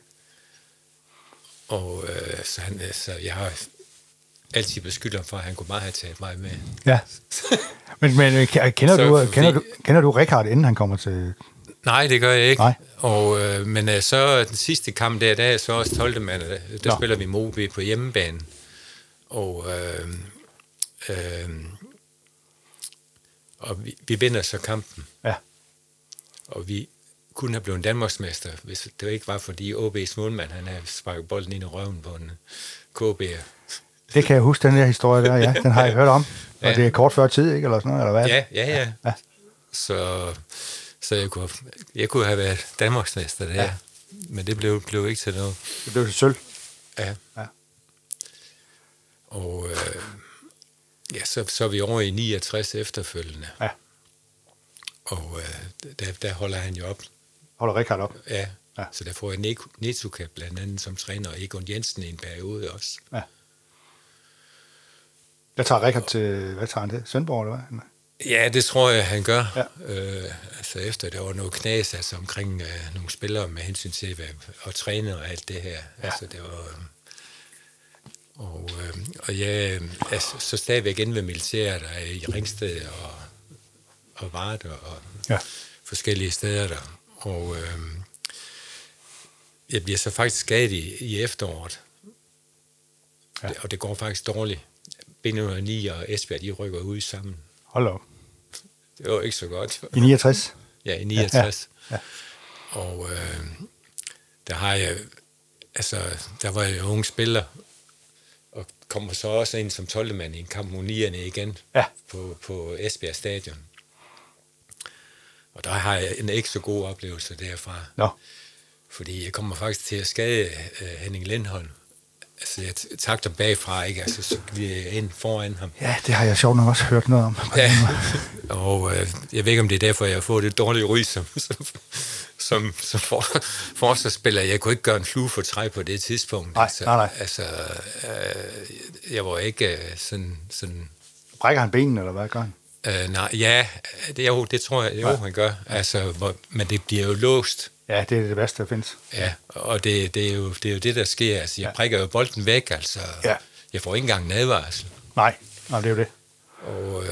Og så jeg har altid beskyldt ham for, at han kunne meget have taget mig med. Ja. Men kender du Richard, inden han kommer til... Nej, det gør jeg ikke. Nej. Men så den sidste kamp der er så også 12. mand. Der spiller vi Moby på hjemmebane. Og vi vinder så kampen. Ja. Og vi kunne have blevet Danmarksmester, hvis det ikke var, fordi OB's målmand, han havde sparket bolden ind i røven på en KB'er. Det kan jeg huske, den der historie der, ja. Den har jeg hørt om. Og det er kort før tid, ikke? Eller sådan noget, eller hvad? Ja. Så jeg kunne have været Danmarksmester der. Ja. Men det blev ikke til noget. Det blev til sølv. Ja. Og så er vi over i 69 efterfølgende. Ja. Og der holder han jo op. Holder Richard op? Ja. Så der får jeg Netsuka blandt andet som træner, og Egon Jensen i en periode også. Ja. Jeg tager Richard til, hvad tager han til? Svendborg, eller hvad? Ja, det tror jeg, han gør. Ja. Efter der var noget knas altså, omkring nogle spillere med hensyn til at træne og alt det her. Ja. Altså, det var... Og jeg er så stadigvæk inde ved militæret i Ringsted og Varde og forskellige steder der. Og jeg bliver så faktisk skadet i efteråret. Ja. Og det går faktisk dårligt. B909 og Esbjerg, de rykker ud sammen. Hold op. Det var ikke så godt. I 69? Ja, i 69. Ja. Og der har jeg... Altså, der var jeg unge spiller, og kommer så også ind som 12. mand i en kamp mod 9'erne igen på Esbjerg Stadion. Og der har jeg en ikke så god oplevelse derfra. Nå. Fordi jeg kommer faktisk til at skade Henning Lindholm. Altså, jeg takter bagfra, ikke? Altså, så bliver jeg ind foran ham. Ja, det har jeg sjovt nok også hørt noget om. Ja, og jeg ved ikke, om det er derfor, jeg har fået det dårlige ry som forsvarsspiller. Jeg kunne ikke gøre en flue for træ på det tidspunkt. Nej. Altså, jeg var ikke sådan... Brækker han benen, eller hvad gør han? Nej, ja, det tror jeg, han gør. Altså, men det bliver jo låst. Ja, det er det værste, der findes. Ja, og det er jo det, der sker. Altså, jeg prikker jo bolden væk, altså. Ja. Jeg får ikke engang en advarsel. Nej, det er jo det. Og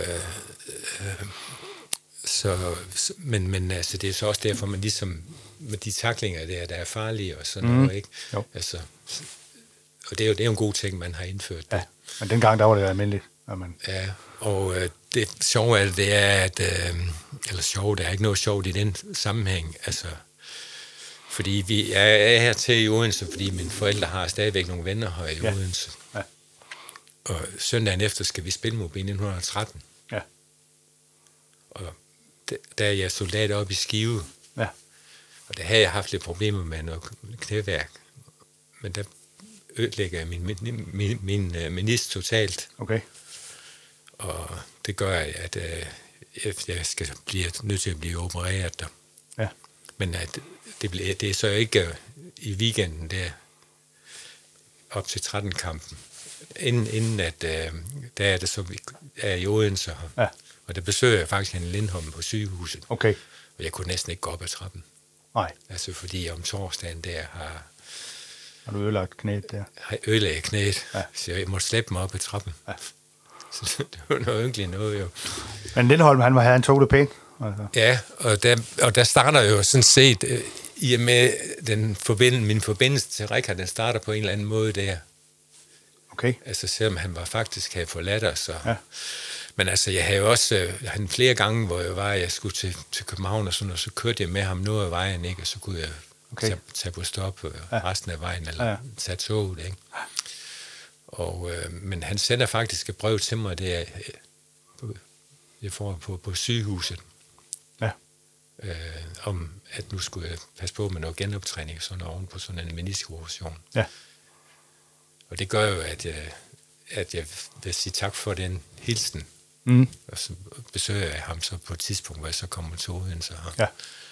men altså, det er så også derfor, man ligesom med de taklinger der er farlige og sådan noget, ikke? Jo. Altså, og det er jo en god ting, man har indført. Ja, men dengang der var det almindeligt. Ja, og det sjove af det er, at eller sjovt, der er ikke noget sjovt i den sammenhæng, altså. Fordi vi er her til i Odense, fordi mine forældre har stadigvæk nogle venner her i Odense. Ja. Og søndagen efter skal vi spille mod B913. Ja. Og der er jeg soldat oppe i Skive. Ja. Og der havde jeg haft lidt problemer med noget knæværk. Men der ødelægger jeg min menis totalt. Okay. Og det gør, at jeg skal blive nødt til at blive opereret der. Ja. Men det er så ikke i weekenden der op til 13-kampen. Inden at der er det så er i Odense her. Ja. Og der besøger jeg faktisk Henning Lindholm på sygehuset. Okay. Og jeg kunne næsten ikke gå op ad trappen. Nej. Altså fordi om torsdagen der har du ødelagt knæet der? Har ødelagt knæet, ja. Så jeg måtte slæbe mig op ad trappen. Ja. Så det var noget ynkeligt noget jo. Men Lindholm, han tog det pænt. Altså. Ja, og der starter jo sådan set, i og med min forbindelse til Richard, den starter på en eller anden måde der. Okay. Altså selvom han var faktisk havde forladt os. Ja. Men altså, jeg havde jo også, han flere gange, hvor jeg skulle til København og sådan, og så kørte jeg med ham noget af vejen, ikke? Og så kunne jeg tage på stop resten af vejen, eller tage toget, ikke? Og, men han sender faktisk et brev til mig, det er, jeg får på sygehuset, om at nu skulle jeg passe på med noget genoptræning, sådan oven på sådan en meniskoperation. Ja. Og det gør jo, at jeg vil sige tak for den hilsen. Mm. Og så besøger jeg ham så på et tidspunkt, hvor jeg så kommer til Odense. Ja.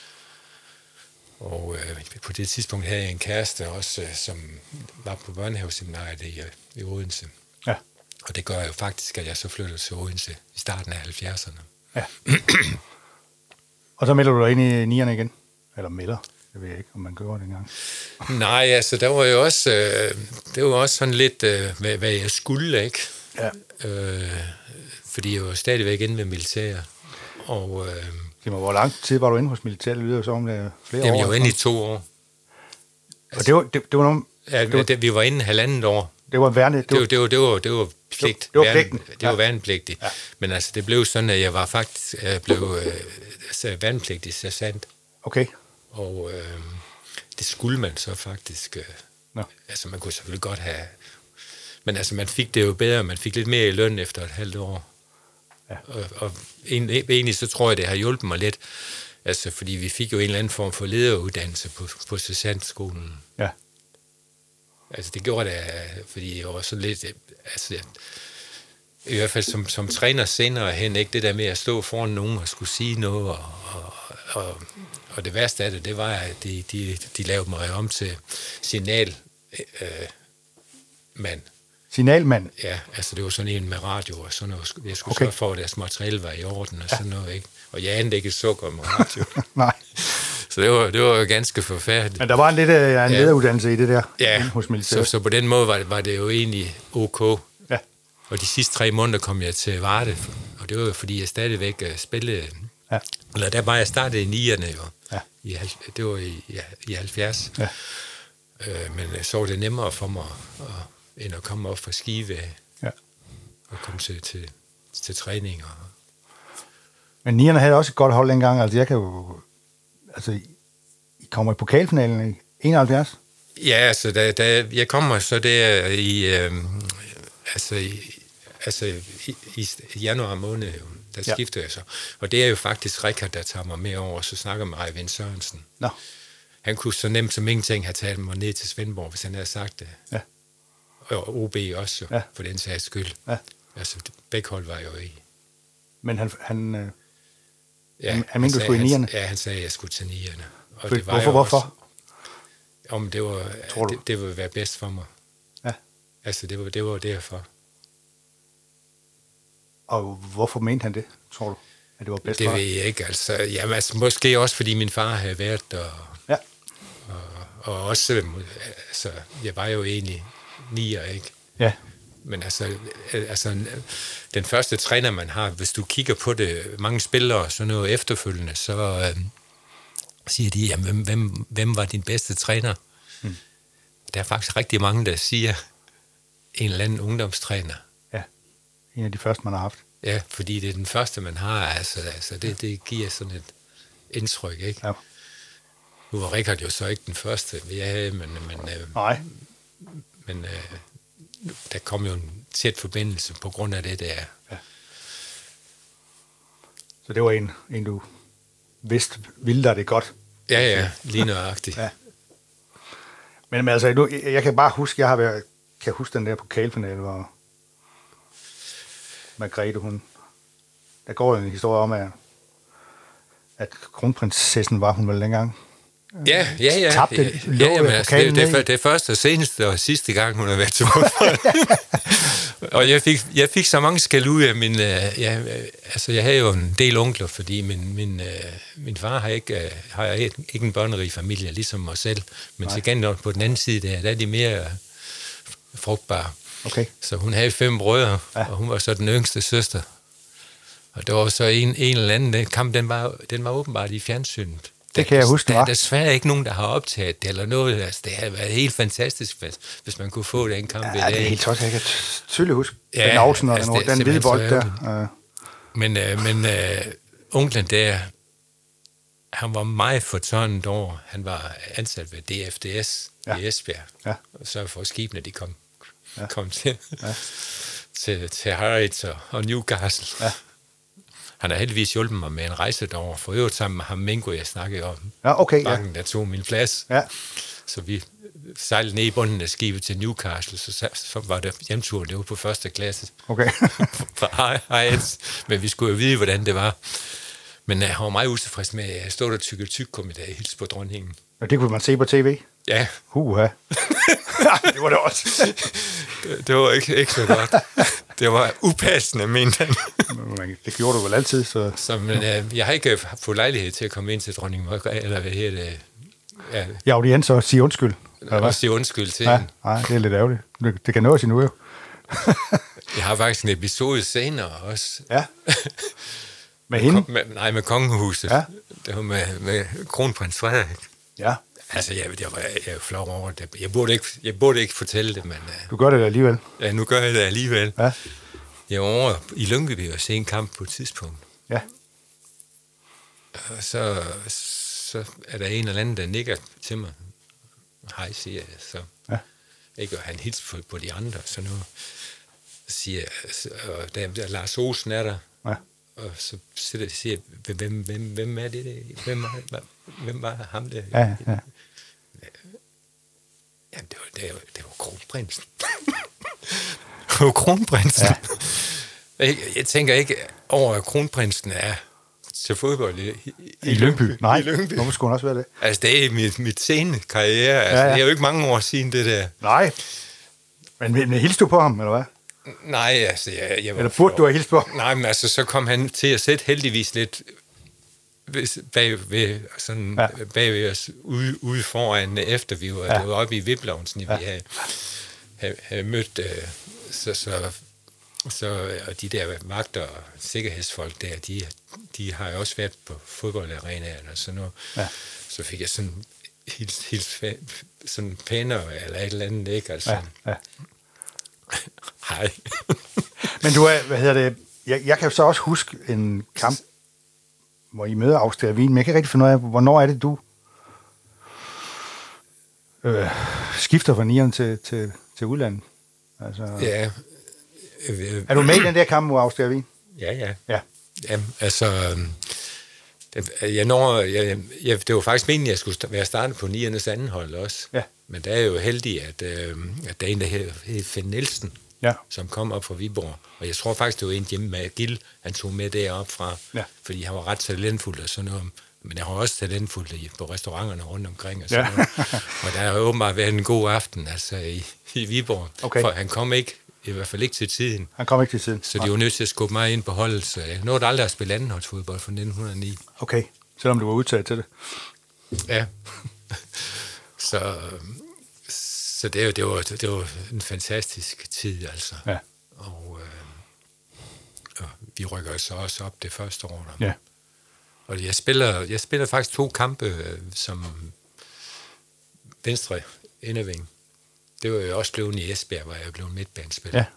Og på det tidspunkt havde jeg en kæreste også, som var på børnehaveseminariet i Odense. Ja. Og det gør jo faktisk, at jeg så flytter til Odense i starten af 70'erne. Ja. Og så melder du dig ind i nierne igen? Eller melder? Jeg ved ikke, om man gør det engang. Nej, altså der var jo også, det var også sådan lidt, hvad jeg skulle, ikke? Ja. Fordi jeg var stadigvæk inde ved militæret. Og hvor lang tid var du inde hos militæret? Det lyder jo som flere år. Jamen, jeg var inde i 2 år. Altså, og det var nogle... Ja, vi var inde 1,5 år. Det var værnepligt. Det var pligt. Det var pligten. Det var værnepligtigt. Ja. Men altså, det blev sådan, at jeg var faktisk blev værnepligtig sergeant. Okay. Og det skulle man så faktisk. Altså, man kunne selvfølgelig godt have... Men altså, man fik det jo bedre. Man fik lidt mere i løn efter 1,5 år. Ja. Og egentlig så tror jeg, det har hjulpet mig lidt. Altså, fordi vi fik jo en eller anden form for lederuddannelse på sergeantskolen. Ja. Altså, det gjorde det, fordi jeg var sådan lidt... Altså, i hvert fald som træner senere hen, ikke det der med at stå foran nogen og skulle sige noget, og det værste af det var, at de lavede mig om til signalmand. Signalmand? Ja, altså det var sådan en med radio og sådan noget. Jeg skulle sørge for, at deres materiale var i orden og sådan noget, ikke? Og jeg anede ikke sukker med radio. Nej. Så det var jo ganske forfærdeligt. Men der var en lederuddannelse i det der hos militæret. Så på den måde var det jo egentlig ok. Ja. Og de sidste 3 måneder kom jeg til Varde, og det var jo fordi, jeg stadigvæk spillede... Ja. Eller der var jeg startede i 9'erne jo. Ja. Det var i 70. Ja. Men så var det nemmere for mig end at komme op fra Skive og komme til træning. Men 9'erne havde også et godt hold dengang. Altså jeg kan jo... Altså, I kommer i pokalfinalen i 71? Ja, altså, da jeg kommer så der i januar måned, der skifter jeg så. Og det er jo faktisk Richard, der tager mig med over, og så snakker med Eivind Sørensen. Nå. Han kunne så nemt som ingenting have taget mig ned til Svendborg, hvis han havde sagt det. Ja. Og OB også, for den sags skyld. Ja. Altså, begge hold var jo i. Men han mente, du skulle i 9'erne? Ja, han sagde, at jeg skulle til 9'erne. Og det var hvorfor? Om det ville være bedst for mig. Ja. Altså, det var derfor. Og hvorfor mente han det, tror du? At det var bedst for dig? Det ved jeg ikke, altså. Jamen, altså, måske også, fordi min far havde været der. Ja. Og også, altså, jeg var jo egentlig 9'er, ikke? Ja. Men altså, den første træner, man har, hvis du kigger på det, mange spillere, sådan noget efterfølgende, så siger de, jamen, hvem var din bedste træner? Der er faktisk rigtig mange, der siger, en eller anden ungdomstræner. Ja, en af de første, man har haft. Ja, fordi det er den første, man har, altså det giver sådan et indtryk, ikke? Ja. Nu var Richard jo så ikke den første, vi havde, nej. Men der kom jo en tæt forbindelse på grund af det der. Ja. Så det var en du vidste, ville dig det godt? Ja, lige nøjagtigt. Ja. Men altså, jeg kan bare huske, kan huske den der pokalfinale, hvor Margrethe, der går en historie om, at kronprinsessen var hun vel dengang. Ja. Tabte det er første og seneste og sidste gang, hun har været til fodbold. Og jeg fik så mange skæld ud af min... jeg havde jo en del onkler, fordi min far har ikke en børnerig familie, ligesom mig selv. Men til gengæld på den anden side, der er de mere frugtbare. Okay. Så hun havde 5 brødre, og hun var så den yngste søster. Og der var så en eller anden den kamp, den var åbenbart i fjernsynet. Det kan jeg huske, der er desværre ikke nogen, der har optaget det eller noget. Altså, det havde været helt fantastisk, hvis man kunne få den kamp i dag. Det er helt tosset. Jeg kan tydeligt huske den Autzen og den hvide bold der. Men onklen der, han var meget fortørnet over. Han var ansat ved DFDS i Esbjerg. Ja. Og så for skibene, de kom til Harrods og Newcastle. Ja. Han har heldigvis hjulpet mig med en rejse derover, for øvrigt sammen med ham Mingo, jeg snakkede om. Ja, okay. Banken, der tog min plads. Ja. Så vi sejlede ned i bunden af skibet til Newcastle, så var det hjemtur, det var på første klasse. Okay. Fra Harrods. Men vi skulle jo vide, hvordan det var. Men jeg var meget utilfreds med, at jeg stod der tykkum i dag, hils på dronningen. Og det kunne man se på tv? Ja. Huha. Det var det også. Det var ikke så godt. Det var upassende, mente han. Det gjorde du vel altid, så... Men jeg har ikke fået lejlighed til at komme ind til dronningen, eller hvad hedder det? Ja, audiens og sige undskyld. Og sige undskyld til hende. Nej, det er lidt ærgerligt. Det kan nås endnu jo. Jeg har faktisk en episode senere også. Ja. Med hende? Med kongehuset. Ja. Det var med kronprins Frederik. Ja. Altså, jeg er jo flov over det. Jeg burde ikke fortælle det, men... Du gør det alligevel. Ja, nu gør jeg det alligevel. Ja. Jeg var over i Lyngby og se en kamp på et tidspunkt. Ja. Og så er der en eller anden, der nikker til mig. Hej, siger jeg så. Ja. Ikke, og han hilser på de andre, så nu siger og der Lars Olsen er der. Ja. Og så siger jeg, hvem er det? Hvem var ham der? Ja. Jamen, det var kronprinsen. Det var kronprinsen. Ja. Jeg tænker ikke over, at kronprinsen er til fodbold i Lyngby. Nej, i Lyngby. Hvorfor skulle han også være det? Altså, det er mit sene karriere. Altså, det er jo ikke mange år siden, det der. Nej. Men hilste du på ham, eller hvad? Nej, altså, jeg var... Eller burde du have hilst på? Nej, men altså, så kom han til at sætte heldigvis lidt bagved os ude foran, efter vi var, det var oppe i Viblovnsen, vi havde mødt, og de der vagter og sikkerhedsfolk der, de har jo også været på fodboldarenaen, og så nu, så fik jeg sådan helt sådan pænere, eller et eller andet, ikke? Altså, hej. Men du er, jeg kan jo så også huske en kamp, hvor I møder Austria Wien, men jeg kan ikke rigtig finde ud af, hvornår er det, du skifter fra nieren til udlandet? Altså, ja. Er du med i den der kamp mod Austria Wien? Ja. Jamen, altså... det var faktisk meningen, at jeg skulle være startet på niernes anden hold også. Ja. Men der er jo heldig, at der er en, der hedder Finn Nielsen, som kom op fra Viborg. Og jeg tror faktisk, det var en hjemme med Gil, han tog med deroppe fra, fordi han var ret talentfuld og sådan noget. Men jeg har også talentfuld på restauranterne rundt omkring. Og, sådan noget. Og der har åbenbart været en god aften altså i Viborg. Okay. For han kom ikke, i hvert fald ikke til tiden. Han kom ikke til tiden. Så de var nødt til at skubbe mig ind på holdet. Så jeg nåede aldrig at spille andenholdsfodbold fra 1909. Okay, selvom du var udtaget til det. Ja. Så det var en fantastisk tid, altså. Ja. Og vi rykker så også op det første år. Der. Ja. Og jeg spiller faktisk 2 kampe som venstre indeving. Det var jo også blevet i Esbjerg, hvor jeg blev midtbanespiller. Ja.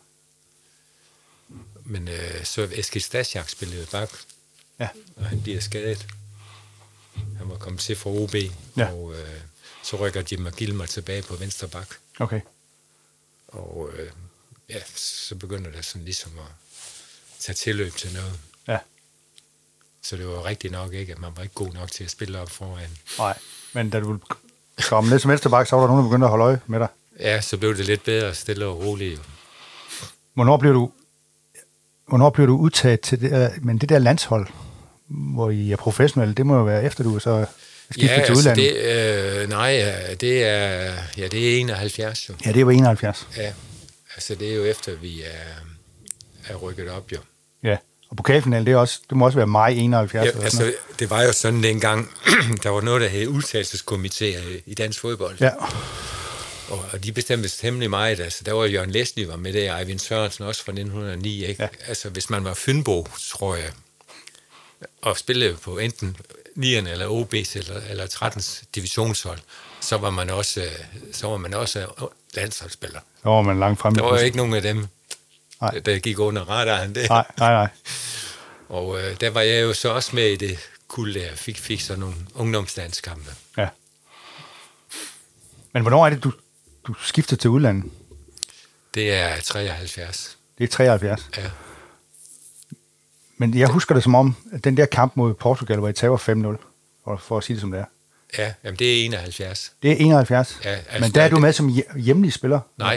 Men så Eskil Stasiak spillede bak, og han bliver skadet. Han var kommet til fra OB, og så rykker Jim Gilmer tilbage på venstre bak. Okay. Og så begynder det sådan ligesom at tage tilløb til noget. Ja. Så det var rigtigt nok ikke, at man var ikke god nok til at spille op foran. Nej, men da du kom lidt som venstre bak, så var der nogen, der begyndte at holde øje med dig. Ja, så blev det lidt bedre, stille og roligt. Hvornår blev du udtaget til det der landshold, hvor I er professionelle? Det må jo være efter, du så skiftet til udlandet. Det er 71 jo. Ja, det var 71. Ja, Altså, det er jo efter, vi er rykket op, jo. Ja, og pokalfinalen, det må også være maj 71. Ja, altså, det var jo sådan dengang, der var noget, der hed udtalelseskomiteer i dansk fodbold. Ja. Og de bestemte temmelig meget. Altså, der var Jørgen Leslie var med der, Eivind Sørensen også fra 1909. Ikke? Ja. Altså, hvis man var Fynbo, tror jeg, og spillede på enten 9'erne eller OB's eller 13's divisionshold, så var man også landsholdsspiller. Der var man langt fremme. Der var jo ikke nogen af dem, Nej. der gik under radaren det. Nej. Og der var jeg jo så også med i det kuld der, fik sådan nogle ungdomslandskampe. Ja. Men hvornår er det, du skifter til udlandet? Det er 73. Det er 73. Ja. Men jeg husker det som om, at den der kamp mod Portugal, hvor I taber 5-0, for at sige det som det er. Ja, jamen det er 71. Det er 71? Ja, altså, men der er du med som hjemlig spiller? Nej.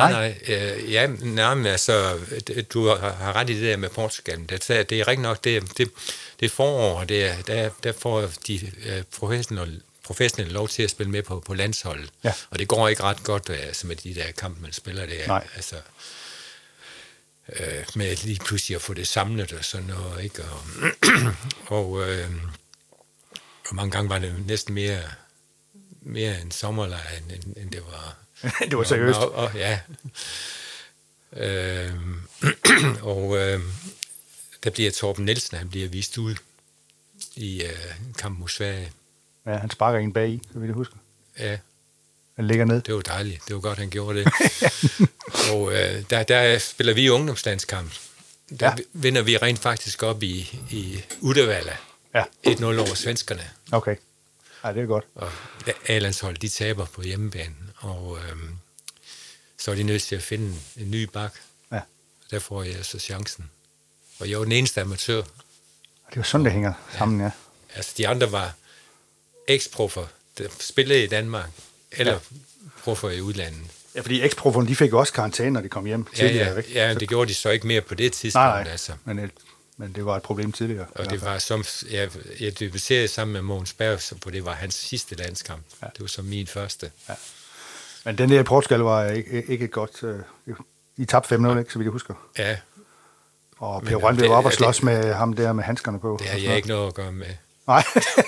Men altså, du har ret i det der med Portugal. Det er rigtig nok, det er forår, og der får de professionelle lov til at spille med på landsholdet. Ja. Og det går ikke ret godt altså med de der kampe, man spiller der. Nej. Altså, med lige pludselig at få det samlet og sådan noget, ikke? Og mange gange var det næsten mere en sommerlejr, end det var... Det var seriøst. Ja. Der bliver Torben Nielsen, han bliver vist ud i kampen mod Sverige. Ja, han sparker en bag i, så vil jeg huske. Ja. Han ligger ned. Det var dejligt. Det var godt, han gjorde det. Og der spiller vi ungdomslandskamp. Der vinder vi rent faktisk op i Uddevalla. Ja. 1-0 over svenskerne. Okay. Ja, det er godt. Og A-landshold, de taber på hjemmebane. Og så er de nødt til at finde en ny bak. Ja. Der får jeg så chancen. Og jeg var den eneste amatør. Det var sådan, det hænger sammen, ja. Altså, de andre var eks-proffer, der spillede i Danmark, eller proffer i udlandet. Ja, fordi eks-profferne, de fik jo også karantæne, når de kom hjem tidligere. Ja, men det gjorde de så ikke mere på det tidspunkt. Nej, altså. Men det var et problem tidligere. Og det var som, jeg debuterede sammen med Mogens Berg, for det var hans sidste landskamp. Ja. Det var så min første. Ja. Men den der i Portugal var ikke et godt... I tabte 5-0, ikke, så vidt jeg husker. Ja. Og Per Rønne var op og slås med ham der med handskerne på. Det har jeg ikke noget at gøre med. Nej.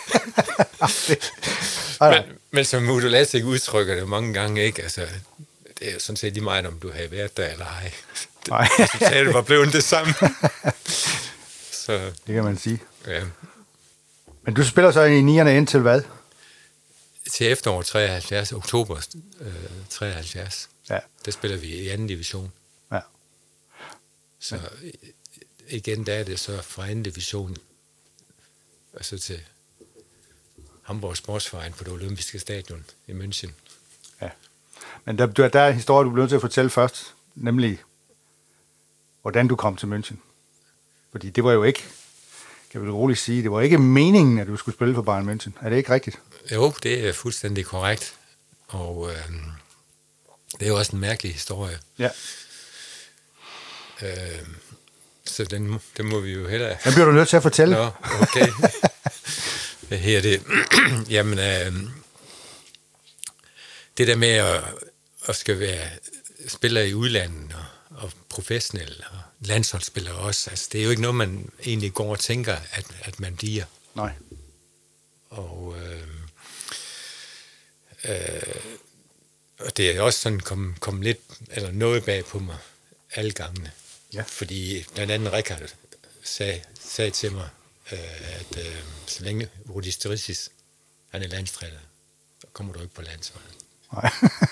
Men som Udo Lassik udtrykker det mange gange, ikke? Altså, det er jo sådan set lige meget, om du har været der eller ej. Resultatet var blevet det samme. Så, det kan man sige. Ja. Men du spiller så i 9'erne indtil hvad? Til efterår 73, oktober 73. Ja. Der spiller vi i anden division. Ja. Så igen, der er det så fra anden division og så til Hamburg Sportsverein på det olympiske stadion i München. Ja. Men der er en historie, du bliver nødt til at fortælle først, nemlig hvordan du kom til München. Fordi det var jo ikke, kan vi roligt sige, det var ikke meningen, at du skulle spille for Bayern München. Er det ikke rigtigt? Jo, det er fuldstændig korrekt. Og det er jo også en mærkelig historie. Ja. Så den må vi jo hellere... Den bliver du nødt til at fortælle. Nå, okay. Hvad her det? Jamen, det der med at skal være spiller i udlandet og professionel og landsholdsspiller også, altså det er jo ikke noget, man egentlig går og tænker, at man bliver. Nej. Og det er også sådan kom lidt, eller noget bag på mig alle gangene. Ja. Fordi blandt andet Richard sagde til mig, at så længe Rudi Stricis, han er landstræner, så kommer du ikke på landsholdet. Nej.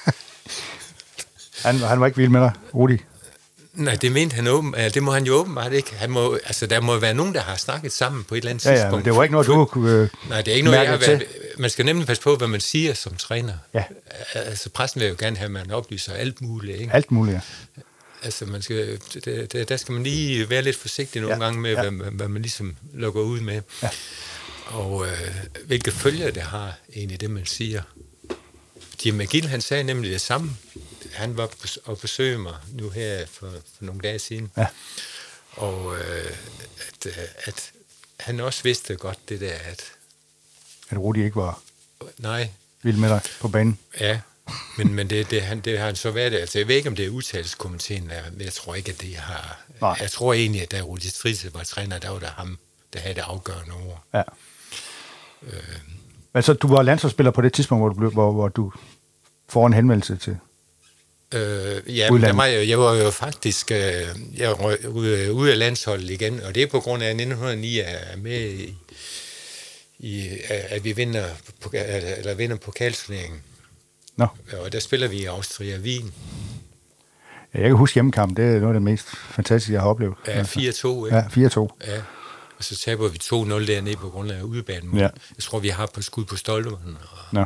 han var ikke vild med dig, Rudi? Nej, det mente han åbenbart. Det må han jo åbenbart ikke. Der må være nogen, der har snakket sammen på et eller andet tidspunkt. Ja, men det var ikke noget, du kunne nej, det er ikke noget, jeg har været. Man skal nemlig passe på, hvad man siger som træner. Ja. Altså, pressen vil jo gerne have, at man oplyser alt muligt. Ikke? Alt muligt, ja. Altså, der skal man lige være lidt forsigtig nogle gange med, hvad man ligesom lukker ud med. Ja. Og hvilke følger det har egentlig, det man siger. Jim McGill, han sagde nemlig det samme. Han var og besøgte mig nu her for nogle dage siden. Ja. Og at han også vidste godt det der, at Rudi ikke var vild med dig på banen. Ja, Men det har han så været. Altså, jeg ved ikke, om det er udtalelseskomiteen, men jeg tror ikke, at det har... Nej. Jeg tror egentlig, at da Rudi Stridse var træner, der var der ham, der havde det afgørende ord. Ja. Men så du var landsholdsspiller på det tidspunkt, hvor du får en henvendelse til jeg var jo faktisk jeg var ude af landsholdet igen, og det er på grund af, at 1909 er med at vi vinder pokalturneringen. Nå. Og der spiller vi i Austria Wien. Ja, jeg kan huske hjemmekampen, det er noget af det mest fantastiske, jeg har oplevet. Ja, 4-2, ikke? Ja, 4-2. Ja, og så taber vi 2-0 dernede på grund af udebanen. Ja. Jeg tror, vi har på skud på stolpen. Nå.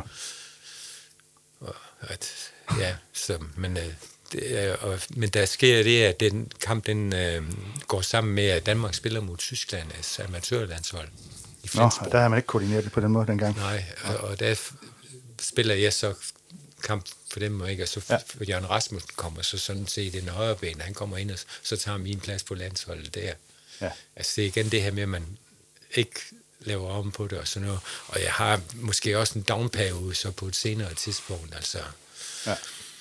Men der sker det, at den kamp går sammen med, at Danmark spiller mod Tyskland, altså amatørlandshold. Nå, der har man ikke koordineret det på den måde dengang. Nej, og der spiller jeg så kamp for dem, og ikke? Og så Jørgen Rasmussen kommer så sådan set den højre ben, han kommer ind, og så tager min plads på landsholdet der. Ja. Altså det er igen det her med, at man ikke laver om på det og sådan noget. Og jeg har måske også en downperiode så på et senere tidspunkt, altså. Ja.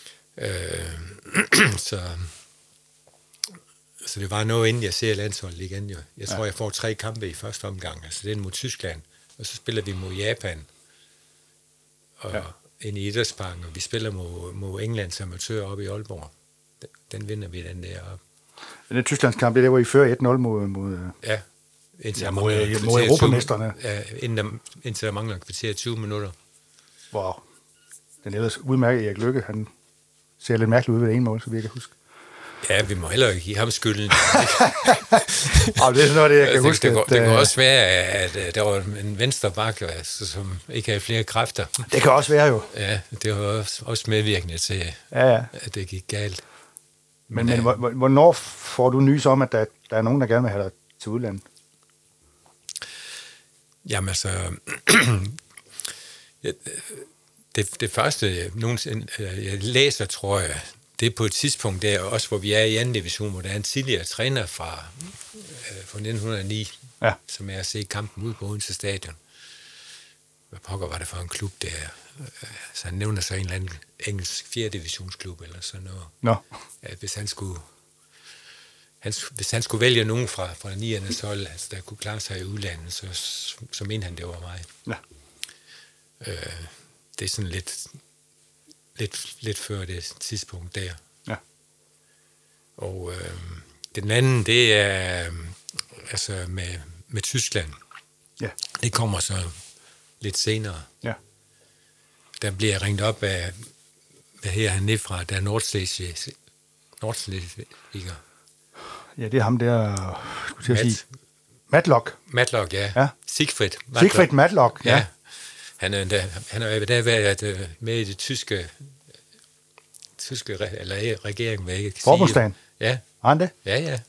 Så det var noget, inden jeg ser landsholdet igen jo. Jeg tror, jeg får 3 kampe i første omgang. Altså det er mod Tyskland, og så spiller vi mod Japan. Og ind i Idrætsparken, og vi spiller mod Englands amatører oppe i Aalborg. Den vinder vi, den der op. Den Tysklandskamp, det der, hvor I fører 1-0 mod... Ja. Mod europamesterne. Ja, indtil der mangler kvarter 20 minutter. Wow. Den ellers udmærket Erik Lykke, han ser lidt mærkeligt ud ved det ene mål, så vi kan huske. Ja, vi må heller ikke give ham skylden. Det er sådan noget, det jeg kan huske. Det kan også være, at der var en venstre bakke, altså, som ikke havde flere kræfter. Det kan også være jo. Ja, det var også medvirkende til, at det gik galt. Men hvornår får du nys om, at der er nogen, der gerne vil have dig til udlandet? Jamen altså... det første, jeg læser, tror jeg, det er på et tidspunkt der, også hvor vi er i anden division, hvor der er en tidligere træner fra 1909, som er at se kampen ud på Odense Stadion. Hvad pokker var det for en klub der? Så han nævner så en eller anden engelsk 4. divisionsklub eller sådan noget. No. At hvis han skulle vælge nogen fra 9'ernes hold, altså, der kunne klare sig i udlandet, så mente han, det var mig. Ja. Det er sådan lidt før det tidspunkt der. Ja. Og den anden, det er altså med Tyskland. Ja. Det kommer så lidt senere. Ja. Der bliver jeg ringet op af, hvad her han ned fra, der er Nordslesviger. Ja, det er ham der, skulle jeg sige. Matlock, ja. Sigfrid Matlock, ja. Han har der været med i det tyske eller regering, hvad jeg ikke sige. Forbundsdagen? Ja. Har han det? Ja.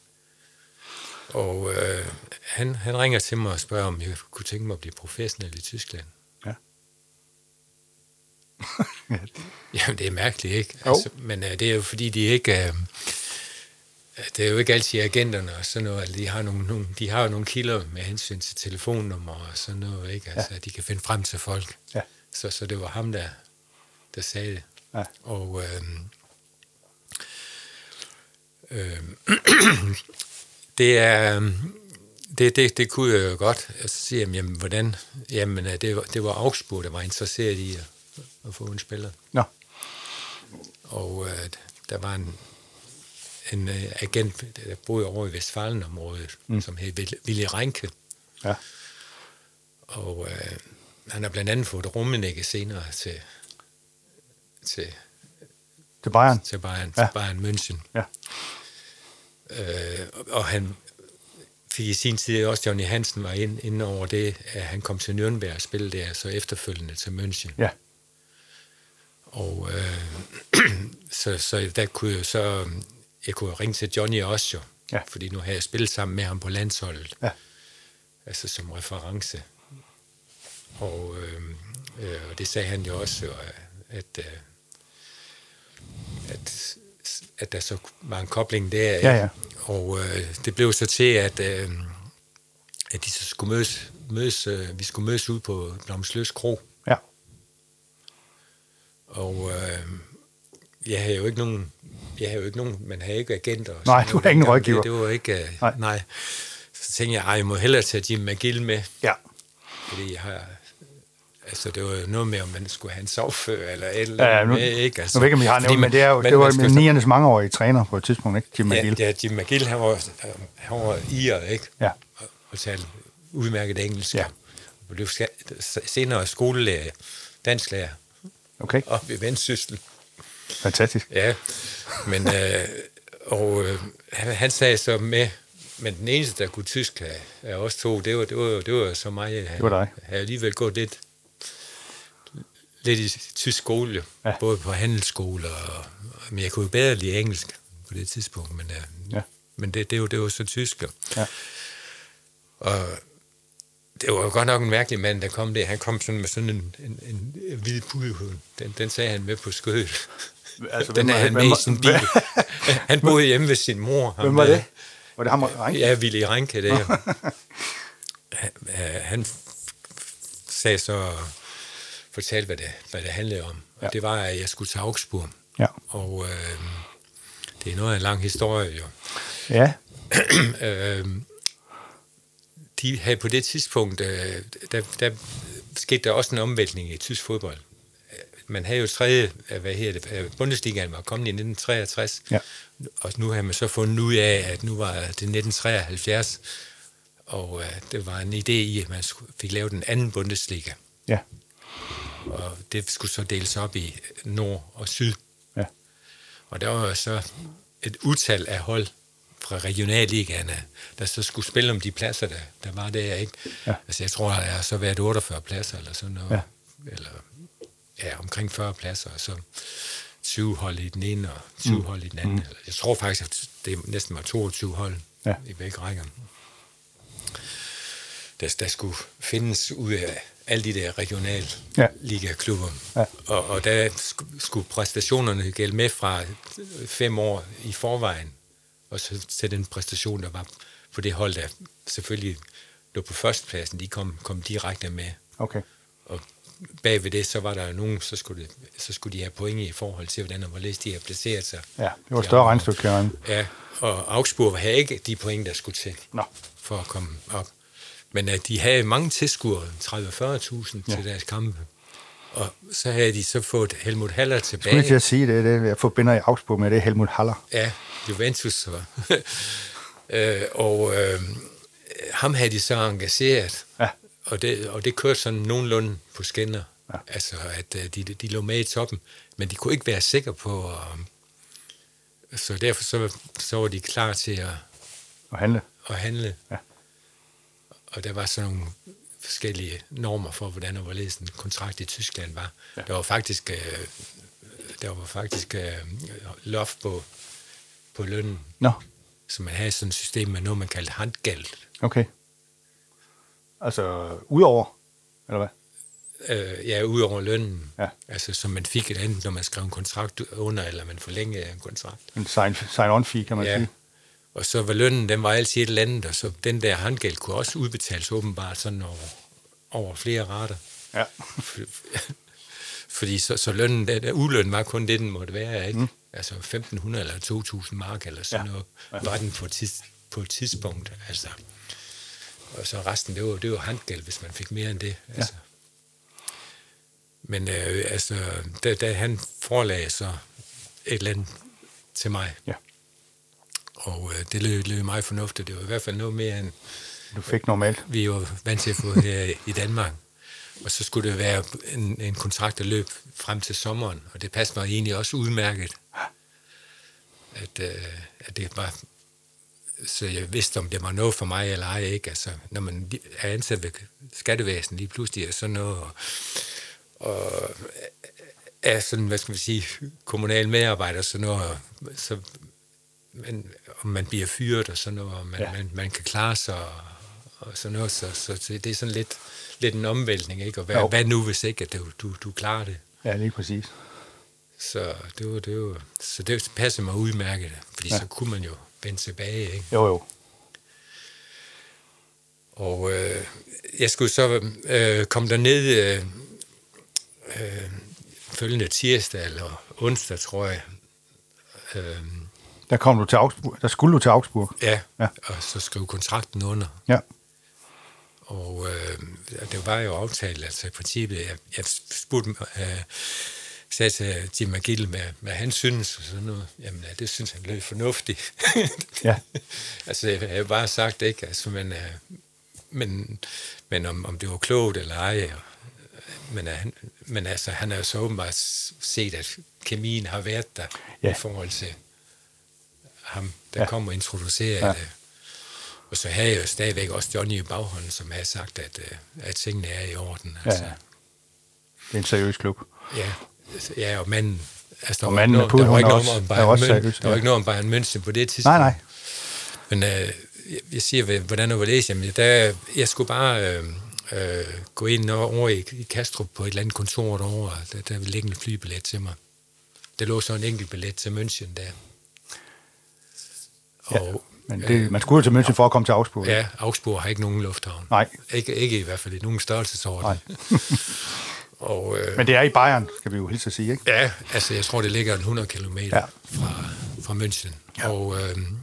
Og han ringer til mig og spørger, om jeg kunne tænke mig at blive professionel i Tyskland. Ja. Jamen, det er mærkeligt, ikke? Altså, men det er jo fordi, de ikke... det er jo ikke altid agenterne og sådan noget. De har jo nogle kilder med hensyn til telefonnummer og sådan noget, ikke? Altså, de kan finde frem til folk. Ja. Så det var ham, der sagde det. Ja. Og det kunne jeg jo godt. Jeg siger, jamen, hvordan? Jamen, det var Augsburg, der var interesseret i at få en spiller. Ja. Og der var en agent, der boede over i Vestfalen-området, som hed Willy Reinke. Ja. Og han har blandt andet fået Rummenigge senere til Bayern. Til Bayern München. Ja. Og han fik i sin tid også, Johnny Hansen var inde over det, at han kom til Nürnberg og spillede der, så efterfølgende til München. Ja. Og så der kunne jeg kunne ringe til Johnny også jo, fordi nu har jeg spillet sammen med ham på landsholdet, altså som reference. Og det sagde han jo også, at der så var en kobling der. Ja. Og det blev så til, at de så skulle vi skulle mødes ude på Blomsløs Kro. Ja. Og jeg havde jo ikke nogen, man havde ikke agenter. Nej, du har ingen rådgiver. Det var ikke, nej. Så tænkte jeg må hellere tage Jim McGill med. Ja. Fordi jeg har, altså det var noget med, om man skulle have en sovfører eller et eller andet med, ikke? Altså, nu ved ikke, om jeg har nævnt, men det var Niernes mangeårige træner på et tidspunkt, ikke? Jim McGill. Ja, Jim McGill, han var irer, ikke? Ja. Og talte udmærket engelsk. Ja. Og blev senere skolelærer, dansklærer. Okay. Op i Vendsyssel. Fantastisk. Ja, men han sagde så med, men den eneste, der kunne tysk af os to, det var så mig. Det var dig. Jeg havde alligevel gået lidt i tysk skole, ja. Både på handelsskole, men jeg kunne jo bedre lide engelsk på det tidspunkt, men det var så tysk. Ja. Og det var godt nok en mærkelig mand, der kom der. Han kom sådan med sådan en hvid pudehund. Den sagde han med på skødet. Altså, den er han med i sin bil. Han boede hjemme ved sin mor. Hvem var det? Var det ham Ranke? Ja, Willy Ranke, det han sagde så, fortalte, hvad det handlede om. Ja. Og det var, at jeg skulle til Augsburg. Ja. Og det er noget af en lang historie, jo. Ja. De havde på det tidspunkt, der skete der også en omvæltning i tysk fodbold. Man havde jo tredje, Bundesligaen var kommet i 1963, ja. Og nu havde man så fundet ud af, at nu var det 1973, og det var en idé i, at man fik lavet den anden Bundesliga. Ja. Og det skulle så deles op i nord og syd. Ja. Og der var så et utal af hold fra regionalligaerne, der så skulle spille om de pladser, der var der, ikke? Ja. Altså jeg tror, der har så været 48 pladser, eller sådan noget. Ja. Eller omkring 40 pladser, og så 20 hold i den ene, og 20 hold i den anden. Jeg tror faktisk, at det næsten var 22 hold i begge rækker. Der skulle findes ud af alle de der regionale ligaklubber. Ja. Og der skulle præstationerne gælde med fra 5 år i forvejen, og så til den præstation, der var på det hold, der selvfølgelig lå på førstepladsen, de kom direkte med. Okay. Og bagved det, så var der nogen, så skulle de have point i forhold til, hvordan og hvorledes de har placeret sig. Ja, det var et større regnstykke. Ja, og Augsburg havde ikke de point, der skulle til for at komme op. Men de havde mange tilskuere, 30-40.000 til deres kampe. Og så havde de så fået Helmut Haller tilbage. Skulle jeg sige det? Jeg forbinder i Augsburg med det, Helmut Haller. Ja, Juventus. Og ham havde de så engageret. Ja. Og det kørte sådan nogenlunde på skinner. Ja. Altså, at de lå med i toppen. Men de kunne ikke være sikre på... så derfor så var de klar til at handle. Ja. Og der var sådan nogle forskellige normer for, hvordan og hvorledes en kontrakt i Tyskland var. Ja. Der var faktisk loft på lønnen. Nå. Så man havde sådan et system med noget, man kaldte handgeld. Okay. Altså udover, eller hvad? Ja, udover lønnen. Ja. Altså, som man fik et andet, når man skrev en kontrakt under, eller man forlængede en kontrakt. En sign-on fee, kan man sige. Og så var lønnen, den var altid et eller andet, og så den der handgæld kunne også udbetales åbenbart sådan over flere rater. Ja. Fordi så lønnen, ulønnen var kun det, den måtte være, ikke? Altså 1.500 eller 2.000 mark eller sådan noget, var den på et tidspunkt, altså. Og så resten, det var handgæld, hvis man fik mere end det, altså. Men da han forelagde så et eller andet til mig, og det lød meget fornuftigt. Det var i hvert fald noget mere end... Du fik normalt. Vi var vant til at få her i Danmark. Og så skulle det være en kontrakt, der løb frem til sommeren. Og det passede mig egentlig også udmærket. At det var... Så jeg vidste, om det var noget for mig eller ej, ikke? Altså, når man er ansat ved skattevæsen lige pludselig, og sådan noget... Og er sådan, hvad skal man sige, kommunal medarbejder, sådan noget, så... om man bliver fyret og sådan noget, og man kan klare sig og sådan noget, så det er sådan lidt en omvæltning, ikke? Og hvad nu, hvis ikke, at du klarer det? Ja, lige præcis. Så det passer mig udmærket, fordi så kunne man jo vende tilbage, ikke? Jo. Og jeg skulle så komme derned følgende tirsdag eller onsdag, tror jeg. Der kom du til Augsburg. Der skulle du til Augsburg. Ja. Og så skrev kontrakten under. Ja. Og det var jo aftalt, altså i princippet, jeg spurgte, sagde til Jim McGill, hvad han synes, og sådan noget. Jamen, det synes han lød fornuftigt. Ja. Altså, jeg har bare sagt, ikke? Altså, men om det var klogt eller ej, men altså, han har jo så åbenbart set, at kemien har været der i forhold til ham, der kommer og introducerer det. Og så havde jeg jo stadigvæk også Johnny i baghånden, som har sagt, at tingene er i orden. Altså. Ja. Det er en seriøs klub. Ja, og manden... Altså, og manden er der var ikke noget om Bayern München på det tidspunkt. Nej. Men jeg siger, hvordan det var det? Jamen, jeg skulle bare gå ind over i Kastrup på et eller andet kontor derovre. Der ville ligge en flybillet til mig. Der lå så en enkelt billet til München der. Og, men man skulle jo til München for at komme til Augsburg. Ja, Augsburg har ikke nogen lufthavn. Nej. Ikke i hvert fald i nogen størrelsesorden. Og, men det er i Bayern, skal vi jo hilse at sige, ikke? Ja, altså jeg tror, det ligger 100 kilometer fra München. Ja. Og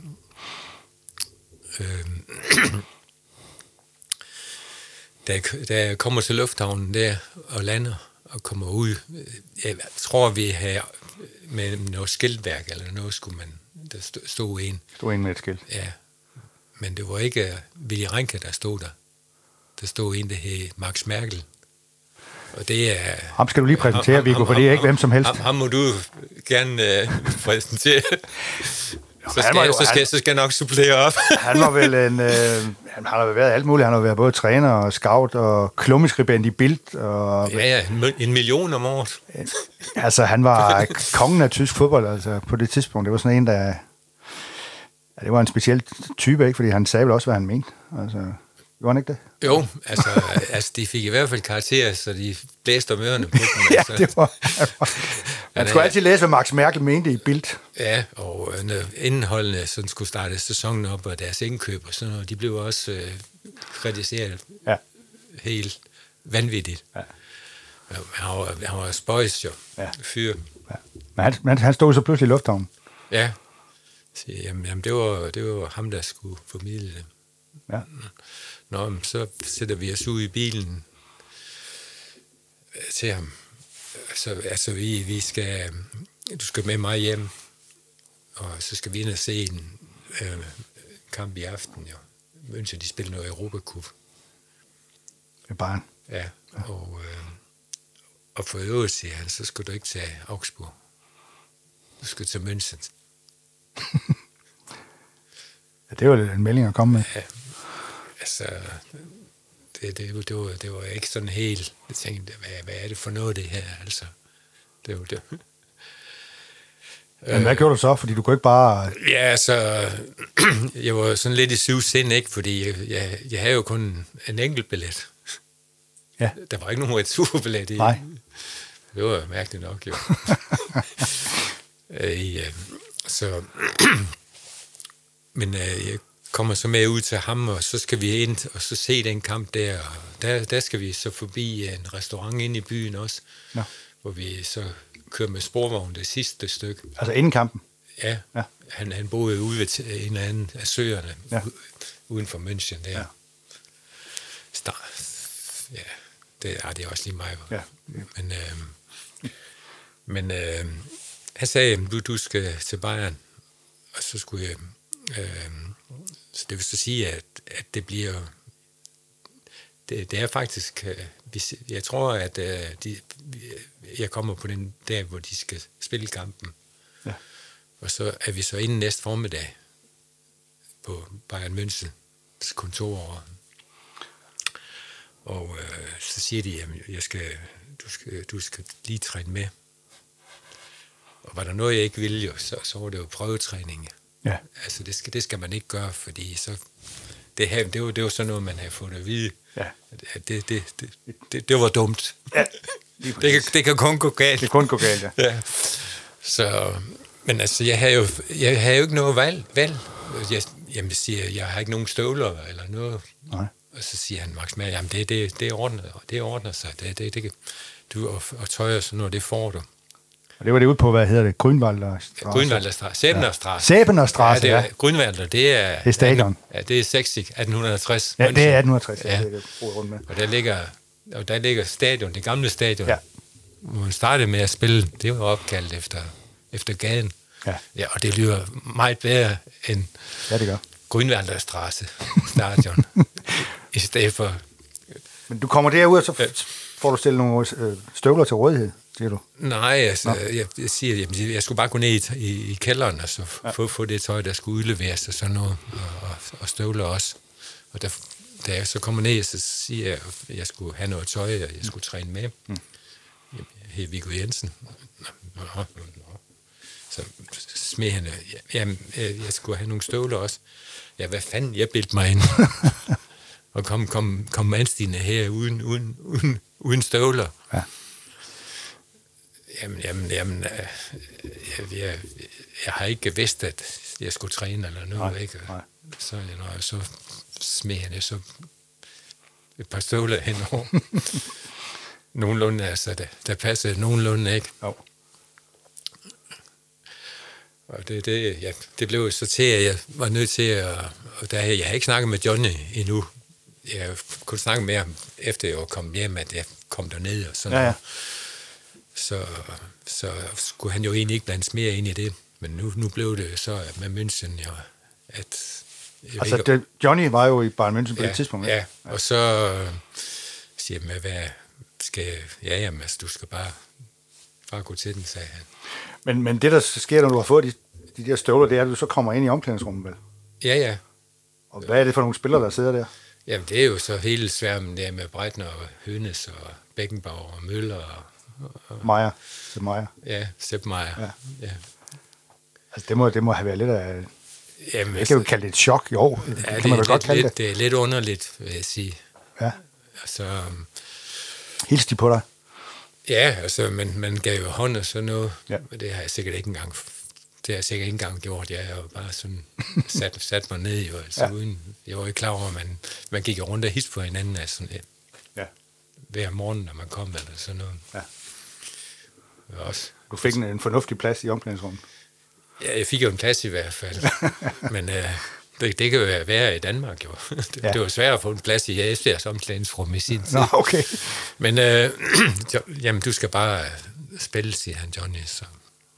da jeg kommer til lufthavnen der og lander og kommer ud, jeg tror, vi har med noget skiltværk eller noget, skulle man, der stod en. Stod en med et skilt. Ja, men det var ikke Willy Renke, der stod der. Der stod en, der hed Max Merkel. Og det er... Ham skal du lige præsentere, Viggo, for det er ikke hvem som helst. Ham må du gerne præsentere. Så skal jeg nok supplere op. Han var vel han har været alt muligt. Han har været både træner og scout og klummeskribent i Bild. Og, en million om året. Altså, han var kongen af tysk fodbold altså, på det tidspunkt. Det var sådan en, der... Ja, det var en speciel type, ikke? Fordi han sagde vel også, hvad han mente. Altså... Gjorde han ikke det? Jo, altså de fik i hvert fald karakterer, så de blæste om ørerne på dem. Ja, det var... Man skulle altid læse, hvad Max Merkel mente i Bild. Ja, og indenholdene, som skulle starte sæsonen op, og deres indkøb og sådan noget, de blev også kritiseret helt vanvittigt. Ja. Han var spøjs jo, fyr. Ja. Men han stod så pludselig i lufthavnen. Ja, så, jamen det var ham, der skulle formidle det. Ja. Nå, så sætter vi os ud i bilen til ham. Altså vi skal... Du skal med mig hjem, og så skal vi ind og se en kamp i aften, jo. München, de spiller noget Europacup. Det er Bayern. Ja, og for øvrigt, siger han, så skal du ikke tage Augsburg. Du skal til München. Ja, det var en melding at komme med. Ja. Altså, det var ikke sådan helt... Jeg tænkte, hvad er det for noget, det her? Altså, det var det. Men hvad gjorde du så? Fordi du kunne ikke bare... Ja, altså... Jeg var sådan lidt i syv sind, ikke? Fordi jeg havde jo kun en enkelt billet. Ja. Der var ikke nogen returbillet i. Nej. Det var mærkeligt nok, jo. Så... Men jeg kommer så med ud til ham, og så skal vi ind og så se den kamp der. Og der skal vi så forbi en restaurant inde i byen også, hvor vi så kører med sporvogn det sidste stykke. Altså inden kampen? Ja. Han boede ude ved en eller anden af søerne, uden for München der. Ja. Det er også lige mig. Ja. Men han sagde, du skal til Bayern, og så skulle jeg... Så det vil så sige, at det bliver... Det er faktisk... Jeg tror, at jeg kommer på den dag, hvor de skal spille kampen. Ja. Og så er vi så inde næste formiddag på Bayern Münchens kontor. Og så siger de, at du skal lige træne med. Og var der noget, jeg ikke ville jo, så var det jo prøvetræning. Ja. Altså, det skal man ikke gøre, fordi så... Det var sådan noget, man havde fået at vide. Ja. Det var dumt. Ja. Det kan kun gå galt. Det kan kun gå galt, ja. Ja. Så... Men altså, jeg havde jo ikke noget valg. Jeg siger, jeg har ikke nogen støvler eller noget. Nej. Og så siger han, Max Merkel, jamen det ordner sig. og tøj og sådan noget, det får du. Og det var det ude på, hvad hedder det? Grünwalder? Grünwalderstraße. Sæbenerstraße. Sæbenerstraße, ja. Grünwalder, det er stadion. Ja, det er 1860. Ja, det er 1860, ja. Det er rundt med. Og der ligger stadion, det gamle stadion, ja. hvor man startede med at spille. Det var opkaldt efter gaden. Ja, og det lyder meget bedre end det gør. Grünwalderstraße stadion. I stedet for... Men du kommer derud, og så får du stillet nogle støvler til rådighed, siger du? Nej, altså, jeg siger, at jeg skulle bare gå ned i kælderen og så få det tøj, der skulle udleveres og sådan noget, og støvler også. Og da jeg så kommer ned, så siger jeg, at jeg skulle have noget tøj, og jeg skulle træne med. Her Viggo Jensen. Så smed han, jeg skulle have nogle støvler også. Ja, hvad fanden, jeg bildte mig ind. Og kom anstigende her uden støvler. Ja. Jamen, jeg har ikke vidst, at jeg skulle træne eller noget. Nej, ikke? Nej. Så smed han så et par støvler henover. Nogenlunde, altså, der passede nogenlunde, ikke? Jo. Og det blev så til, at jeg var nødt til at... Og jeg har ikke snakket med Johnny endnu. Jeg kunne snakke med ham, efter jeg var kommet hjem, at jeg kom derned og sådan noget. Så skulle han jo egentlig ikke blandes mere ind i det. Men nu blev det så med München, jo, at... Johnny var jo i Bayern München på det tidspunkt. Ja, og så siger jeg, hvad skal jeg... Ja, jamen, altså, du skal bare gå til den, sagde han. Men det, der sker, når du har fået de der støvler, det er, at du så kommer ind i omklædningsrummet, vel? Ja. Og hvad er det for nogle spillere, der sidder der? Jamen, det er jo så hele sværmen der med Breitner og Hønes og Beckenbauer og Møller og Meier. Ja, Sepp Meier. Ja. Altså, det må have været lidt af... Jamen, jeg kan jo kalde det et chok, jo. Ja, det kan man vel godt kalde det. Det er lidt underligt, vil jeg sige. Ja. Altså... Hils de på dig? Ja, altså, man gav jo hånd og sådan noget. Ja. Det har jeg sikkert ikke engang gjort. Jeg har jo bare sådan sat mig ned, jo, altså, uden... Jeg var ikke klar over, at man gik rundt og hils på hinanden, altså, hver morgen, når man kom, eller sådan noget. Ja. Også. Du fik en fornuftig plads i omklædningsrummet? Ja, jeg fik jo en plads i hvert fald. Men det kan jo være i Danmark, jo. Det var svært at få en plads i Esbjergs omklædningsrum i sin tid. Nå, okay. Men jamen, du skal bare spille, siger han, Johnny. Så.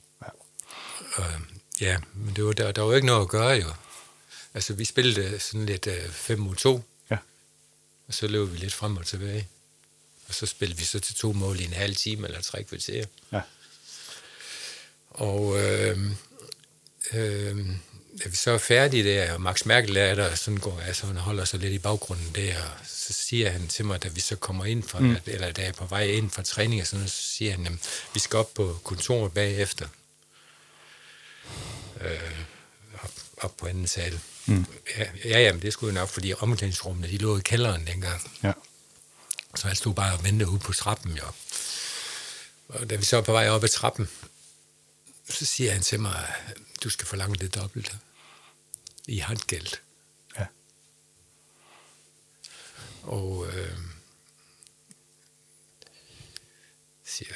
Ja, men der var jo ikke noget at gøre, jo. Altså, vi spillede sådan lidt 5 mod 2. Ja. Og så løb vi lidt frem og tilbage. Og så spillede vi så til 2 mål i en halv time eller 3 kvarter. Ja. Og da vi så er færdige der, og Max Merkel er der, sådan går jeg, så han holder sig lidt i baggrunden der, og så siger han til mig, da vi så kommer ind fra, eller da jeg er på vej ind fra træning, og sådan, så siger han, jamen, vi skal op på kontoret bagefter. Op på anden sal. Ja, men det skulle jo nok, fordi omklædningsrummene, de lå i kælderen dengang. Ja. Så han stod bare og ventede ude på trappen, jo. Og da vi så er på vej op ad trappen, så siger han til mig, du skal forlange det dobbelte i håndgæld. Ja. Og siger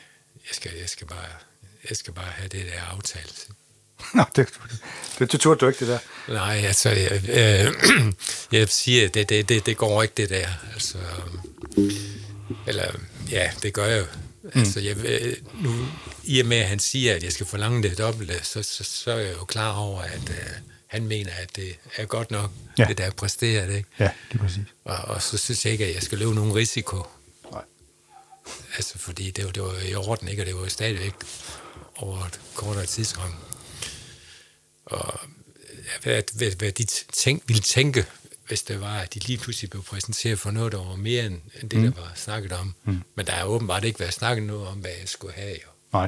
jeg skal bare have det der aftalt. Nå, det turde du ikke, det der. Nej, altså, jeg siger, det går ikke, det der. Altså, eller, ja, det gør jeg jo. Altså, nu, i og med, at han siger, at jeg skal forlange det dobbelte, så er jeg jo klar over, at han mener, at det er godt nok, det der præsterer det, ikke? Ja, det er præcis. Og så synes jeg ikke, at jeg skal løbe nogen risiko. Nej. Altså, fordi det var i orden, ikke? Og det var stadigvæk over et kortere tidsrum. Og hvad de ville tænke, hvis det var, at de lige pludselig blev præsenteret for noget, der var mere end det, der var snakket om. Men der er åbenbart ikke været snakket noget om, hvad jeg skulle have. Jo. Nej.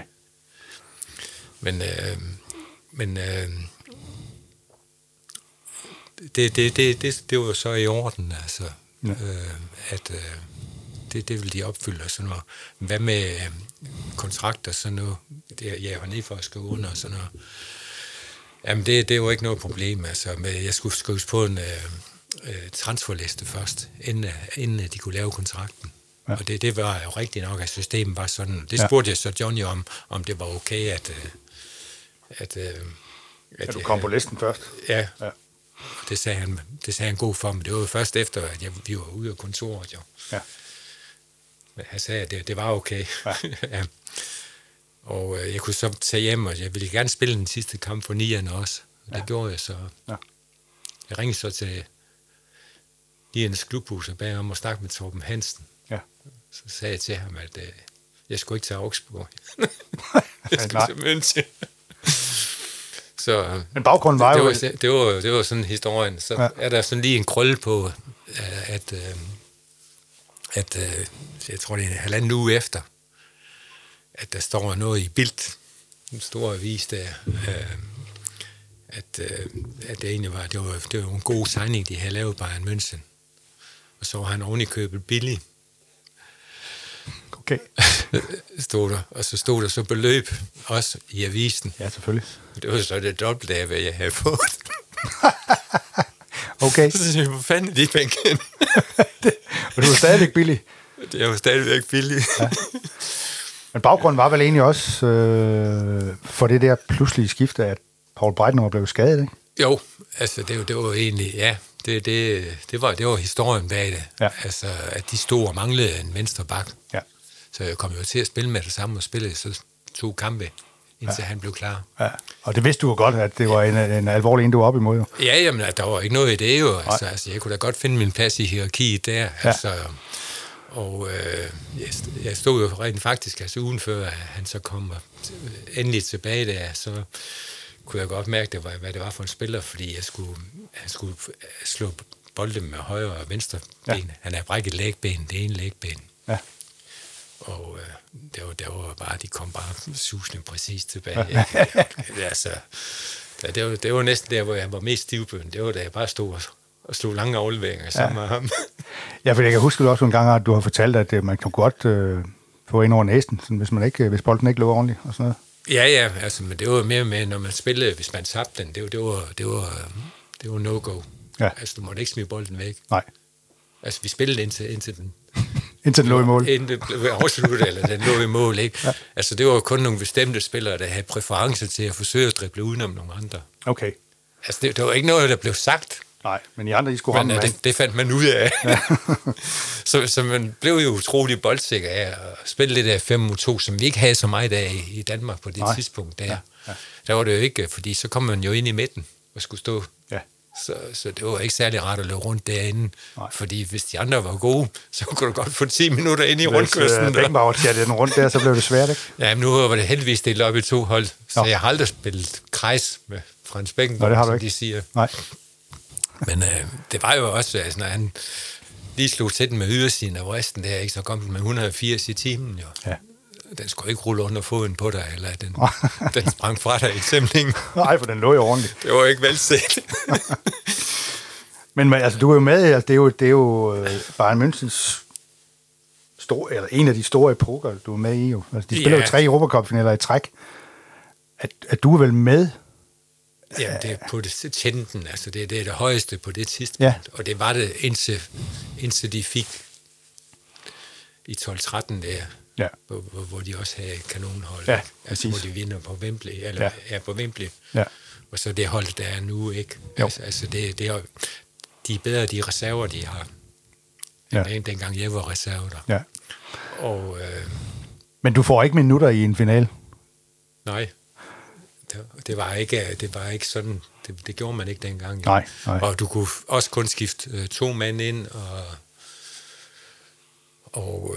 Men det var så i orden, altså, at det vil de opfylde og sådan noget. Hvad med kontrakter, sådan noget? Jeg var nede for at skrive under og sådan noget. Jamen, det var ikke noget problem, altså. Men jeg skulle skrives på en transferliste først, inden de kunne lave kontrakten. Ja. Og det var jo rigtigt nok, at systemet var sådan. Det spurgte jeg så Johnny om det var okay, at du kom på listen først. Ja. Det sagde han god for mig. Det var jo først efter, at vi var ude af kontoret, jo. Ja. Men han sagde, at det var okay. Ja. Ja. Og jeg kunne så tage hjem, og jeg ville gerne spille den sidste kamp for 9'erne også. Og det gjorde jeg så. Ja. Jeg ringede så til 9'ernes klubhus og bad om at snakke med Torben Hansen. Ja. Så sagde jeg til ham, at jeg skulle ikke til Augsburg. Jeg skulle til München. Så, men baggrunden var jo... Det var sådan historien. Så er der sådan lige en krølle på, at jeg tror, det er 1,5 uge efter, at der står noget i Bild, en stor avis der, at det egentlig var, det var en god signing, de havde lavet Bayern München. Og så var han oven i købet billig. Okay. Stod der. Og så stod der så beløb også i avisen. Ja, selvfølgelig. Det var så det dobbelte af, hvad jeg havde fået. Okay. Så siger jeg, hvor fanden er de penge? Og du var stadigvæk billig. Det var stadigvæk billig. Ja. Men baggrunden var vel egentlig også for det der pludselige skifte, at Paul Breitner blev skadet, ikke? Jo, altså det var egentlig, ja, det var historien bag det. Ja. Altså, at de stod og manglede en venstre bak. Ja. Så jeg kom jo til at spille med det samme og spillede så 2 kampe, indtil han blev klar. Ja. Og det vidste du jo godt, at det var en alvorlig en, du var op imod, jo. Ja, jamen, der var ikke noget i det, jo. Altså, jeg kunne da godt finde min plads i hierarkiet der. Ja. Altså, og jeg stod jo rent faktisk, altså ugen før, at han så kom endelig tilbage der, så kunne jeg godt mærke, hvad det var for en spiller, fordi han skulle slå bolden med højre og venstre ben. Ja. Han havde brækket lægben, det ene lægben. Ja. Og det var bare, de kom bare susende præcis tilbage. Altså, det var næsten der, hvor jeg var mest stivbøn. Det var da jeg bare stod og slog lange afleveringer sammen med ham. Ja, for jeg kan huske også en gang, at du har fortalt, at man kan godt få ind over næsen, hvis bolden ikke lå ordentligt og sådan noget. Ja, altså, men det var mere med, når man spillede, hvis man tabte den, det var no-go. Ja. Altså, du måtte ikke smide bolden væk. Nej. Altså, vi spillede indtil den... Indtil den lå i mål. Indtil den blev afsluttet, eller den lå i mål, ikke? Ja. Altså, det var kun nogle bestemte spillere, der havde præference til at forsøge at drible udenom nogle andre. Okay. Altså, det var ikke noget, der blev sagt. Nej, men I andre, I skulle ramme med. Det fandt man ud af. Ja. så man blev jo utrolig boldsikker af at spille det der 5 mod 2, som vi ikke havde så meget af i Danmark på det tidspunkt der. Ja. Ja. Der var det jo ikke, fordi så kom man jo ind i midten og skulle stå. Ja. Så det var ikke særlig rart at løbe rundt derinde. Nej. Fordi hvis de andre var gode, så kunne du godt få 10 minutter ind i rundkøsten. Hvis Bækkenbauer tjattede den rundt der, så blev det svært, ikke? Ja, men nu var det heldigvis delt op i 2 hold, så jeg har aldrig spillet krejs med Frans Bækkenbauer, som de siger. Nej. Men det var jo også, altså, når han lige slog til den med ydersiden af vristen der, ikke, så kom den med 180 i timen, jo. Ja. Den skulle ikke rulle under foden på dig, eller den sprang fra dig i tæmningen. Nej, for den lå jo ordentligt. Det var ikke velset. Men altså, du er jo med, altså, det er jo Bayern Münchens eller en af de store epoker, du er med i, jo. Altså, de spiller jo 3 Europacup-finaler i træk. At du er vel med? Ja, det er på det tjenten, altså det er det højeste på det tidspunkt, og det var det indtil de fik i 12-13 der, hvor de også havde kanonhold, altså hvor de vinder på Wembley, eller på Wembley, og så det hold, der er nu, ikke? Altså det er, de er bedre, de reserver, de har, end dengang jeg var reserve der. Ja. Og, men du får ikke minutter i en finale? Nej. Det var ikke sådan, det gjorde man ikke dengang. Nej. Og du kunne også kun skifte 2 mand ind, og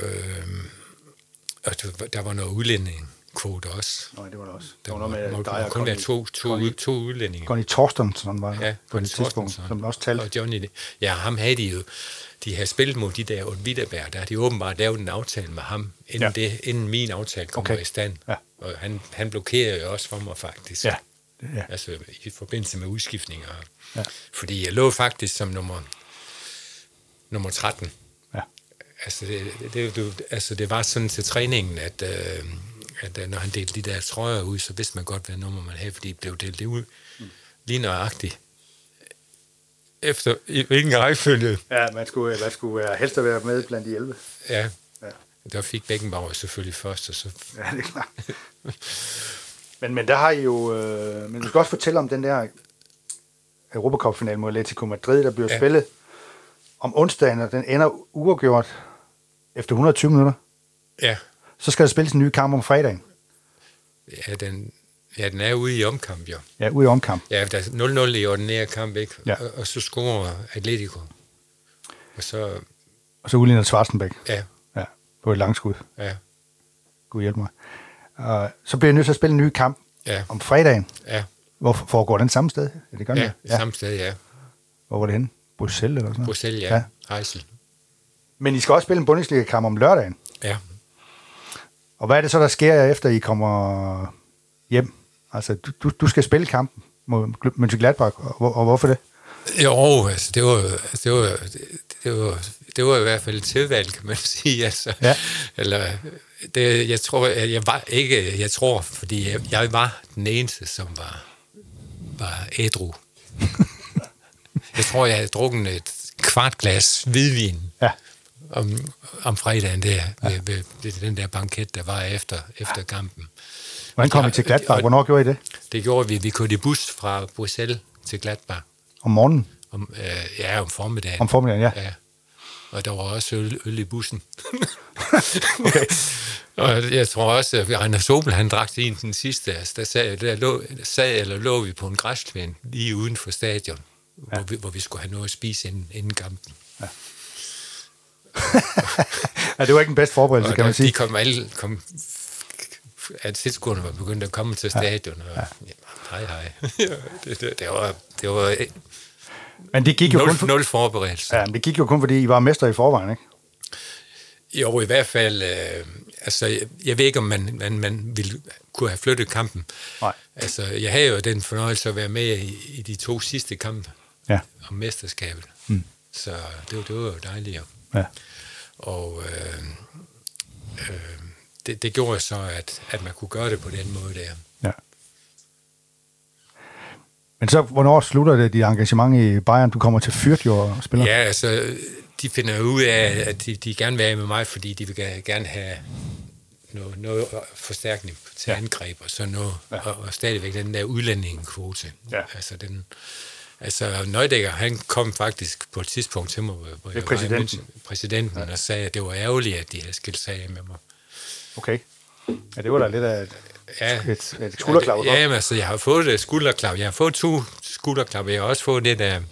der var noget udlændingekvote også. Nej, det var der også. Der var noget med dig og kun være to udlændinge. Conny Torstensson var der på det tidspunkt, som også talte. Og Johnny, ja, ham havde de jo. De havde spillet mod de der Widerberg, der har de åbenbart lavet en aftale med ham, inden min aftale kommer i stand. Ja. Og han blokerede jo også for mig, faktisk. Ja. Altså i forbindelse med udskiftninger. Ja. Fordi jeg lå faktisk som nummer 13. Ja. Altså det var sådan til træningen, at når han delte de der trøjer ud, så vidste man godt, hvad nummer man havde, fordi det blev delt ud lige nøjagtigt. Efter hvilken rækkefølge. Ja, man skulle helst være med blandt de 11. Ja. Der fik Beckenbauer selvfølgelig først, og så... Ja, det er klart. men der har I jo... men du skal også fortælle om den der Europacup-finale mod Atletico Madrid, der bliver spillet om onsdagen, og den ender uafgjort efter 120 minutter. Ja. Så skal der spilles en ny kamp om fredagen. Ja, den er ude i omkamp, jo. Ja, ude i omkamp. Ja, der er 0-0 i ordinære kamp, ikke? Ja. Og så scorer Atletico. Og så udligner Schwarzenbeck. Ja. Ja, på et langskud. Ja. Gud hjælp mig. Så bliver jeg nødt til at spille en ny kamp om fredagen. Ja. Hvor foregår den samme sted? Er det ja, samme sted, ja. Hvor var det henne? Bruxelles eller sådan noget? Bruxelles, ja. Heysel. Men I skal også spille en Bundesliga-kamp om lørdagen. Ja. Og hvad er det så, der sker efter, I kommer hjem? Altså, du skal spille kampen mod Mönchengladbach, og hvorfor det? Jo, altså, det var i hvert fald et tilvalg, kan man sige. Altså. Ja. Eller, jeg tror, fordi jeg var den eneste, som var ædru. Jeg tror, jeg havde drukket et kvart glas hvidvin om fredagen der, ved den der banket, der var efter kampen. Hvordan kom I til Gladbach? Hvornår gjorde I det? Det gjorde vi. Vi kørte i bus fra Bruxelles til Gladbach. Om morgenen? Om formiddagen. Om formiddagen, ja. Og der var også øl i bussen. Okay. Og jeg tror også, at Rainer Sobel, han drak til den sidste. Der lå vi på en græsplæne lige uden for stadion, hvor vi skulle have noget at spise inden kampen. Ja. Ja, det var ikke den bedste forberedelse, kan man sige. De at tilskuerne var begyndt at komme til stadion, og hej. det var men det gik jo nul forberedelse. Ja, men det gik jo kun, fordi I var mestre i forvejen, ikke? Jo, i hvert fald, jeg ved ikke, om man ville kunne have flyttet kampen. Nej. Altså, jeg havde jo den fornøjelse at være med i de 2 sidste kampe om mesterskabet. Mm. Så det var jo dejligt, jo. Ja. Og det gjorde så, at man kunne gøre det på den måde der. Ja. Men så, hvornår slutter det dit engagement i Bayern? Du kommer til Fürth jo og spiller? Ja, altså, de finder ud af, at de gerne vil være med mig, fordi de vil gerne have noget forstærkning til angreb og sådan noget, og stadigvæk den der udlændingekvote. Ja. Altså, Neudecker, han kom faktisk på et tidspunkt til mig, hvor jeg var præsidenten og sagde, at det var ærgerligt, at de havde skilt sig af med mig. Okay. Ja, det var da lidt af et skulderklap. Ja, men altså, jeg har fået et skulderklap. Jeg har fået 2 skulderklap. Jeg har også fået det der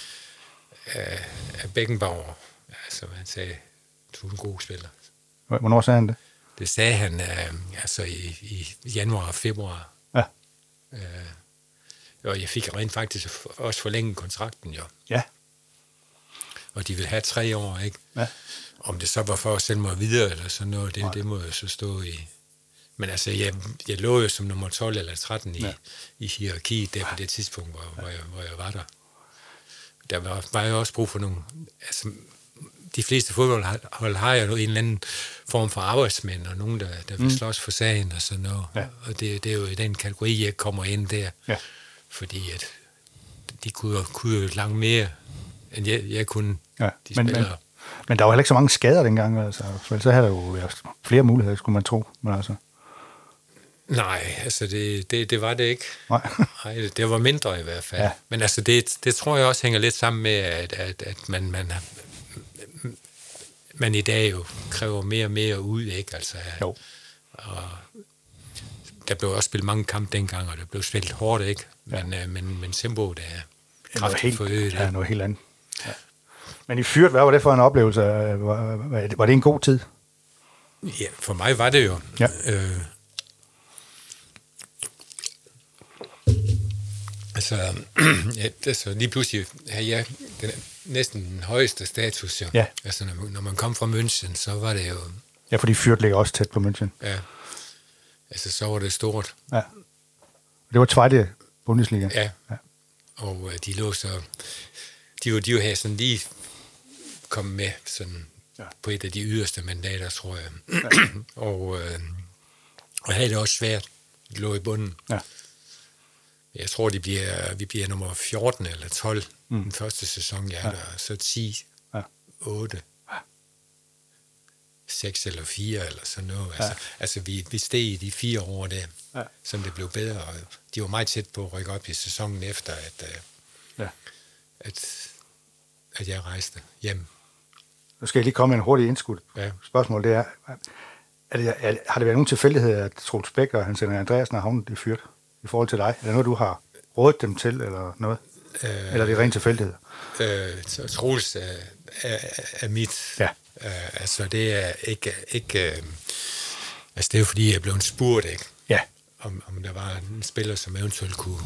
af Beckenbauer. Altså, han sagde, du er en god spiller. Hvornår sagde han det? Det sagde han i januar og februar. Ja. Og jeg fik rent faktisk også forlænget kontrakten, jo. Ja. Og de vil have 3 år, ikke? Ja. Om det så var for at sende mig videre, eller sådan noget, det må jeg så stå i. Men altså, jeg lå jo som nummer 12 eller 13 i hierarkiet der på det tidspunkt, hvor jeg var der. Der var jo også brug for nogle... Altså, de fleste fodboldhold har jo en eller anden form for arbejdsmænd, og nogen, der vil slås for sagen og sådan noget. Ja. Og det er jo i den kategori, jeg kommer ind der. Ja. Fordi at de kunne jo langt mere, end jeg kunne, de spillere. Men der var heller ikke så mange skader dengang, altså. For så havde der jo flere muligheder, skulle man tro. Men altså... Nej, altså det var det ikke. Nej, det var mindre i hvert fald. Ja. Men altså det tror jeg også hænger lidt sammen med, at man i dag jo kræver mere og mere ud, ikke? Altså, jo. Og der blev også spillet mange kampe dengang, og der blev spillet hårdt, ikke? Men tempoet er kraftigt forøget. Ja, noget helt andet. Ja. Men i Fürth, hvad var det for en oplevelse? Var det en god tid? Ja, for mig var det jo. Ja. Altså lige pludselig havde jeg næsten den højeste status, jo. Ja. Altså, når man kom fra München, så var det jo... Ja, fordi Fürth ligger også tæt på München. Ja. Altså, så var det stort. Ja. Det var Zweite Bundesliga. Ja. Og de lå så... De jo havde sådan lige kommet med sådan på et af de yderste mandater, tror jeg. Ja. Og havde det også svært. De lå i bunden. Ja. Jeg tror, vi bliver nummer 14 eller 12 den første sæson, der, så 10, 8, 6 eller 4 eller sådan noget. Altså vi steg i de 4 år der, som det blev bedre, og de var meget tæt på at rykke op i sæsonen efter, at jeg rejste hjem. Nu skal jeg lige komme med en hurtig indskud. Spørgsmål, det er, har det været nogen tilfældighed, at Troels Bæk og Hans Henrik Andreasen har havnet i Fürth i forhold til dig? Er det noget, du har rådet dem til, eller noget? Eller er det ren tilfældighed? Troels er mit. Ja. Altså, det er ikke altså, det er jo fordi, jeg blev spurgt, ikke? Ja. Om der var en spiller, som eventuelt kunne...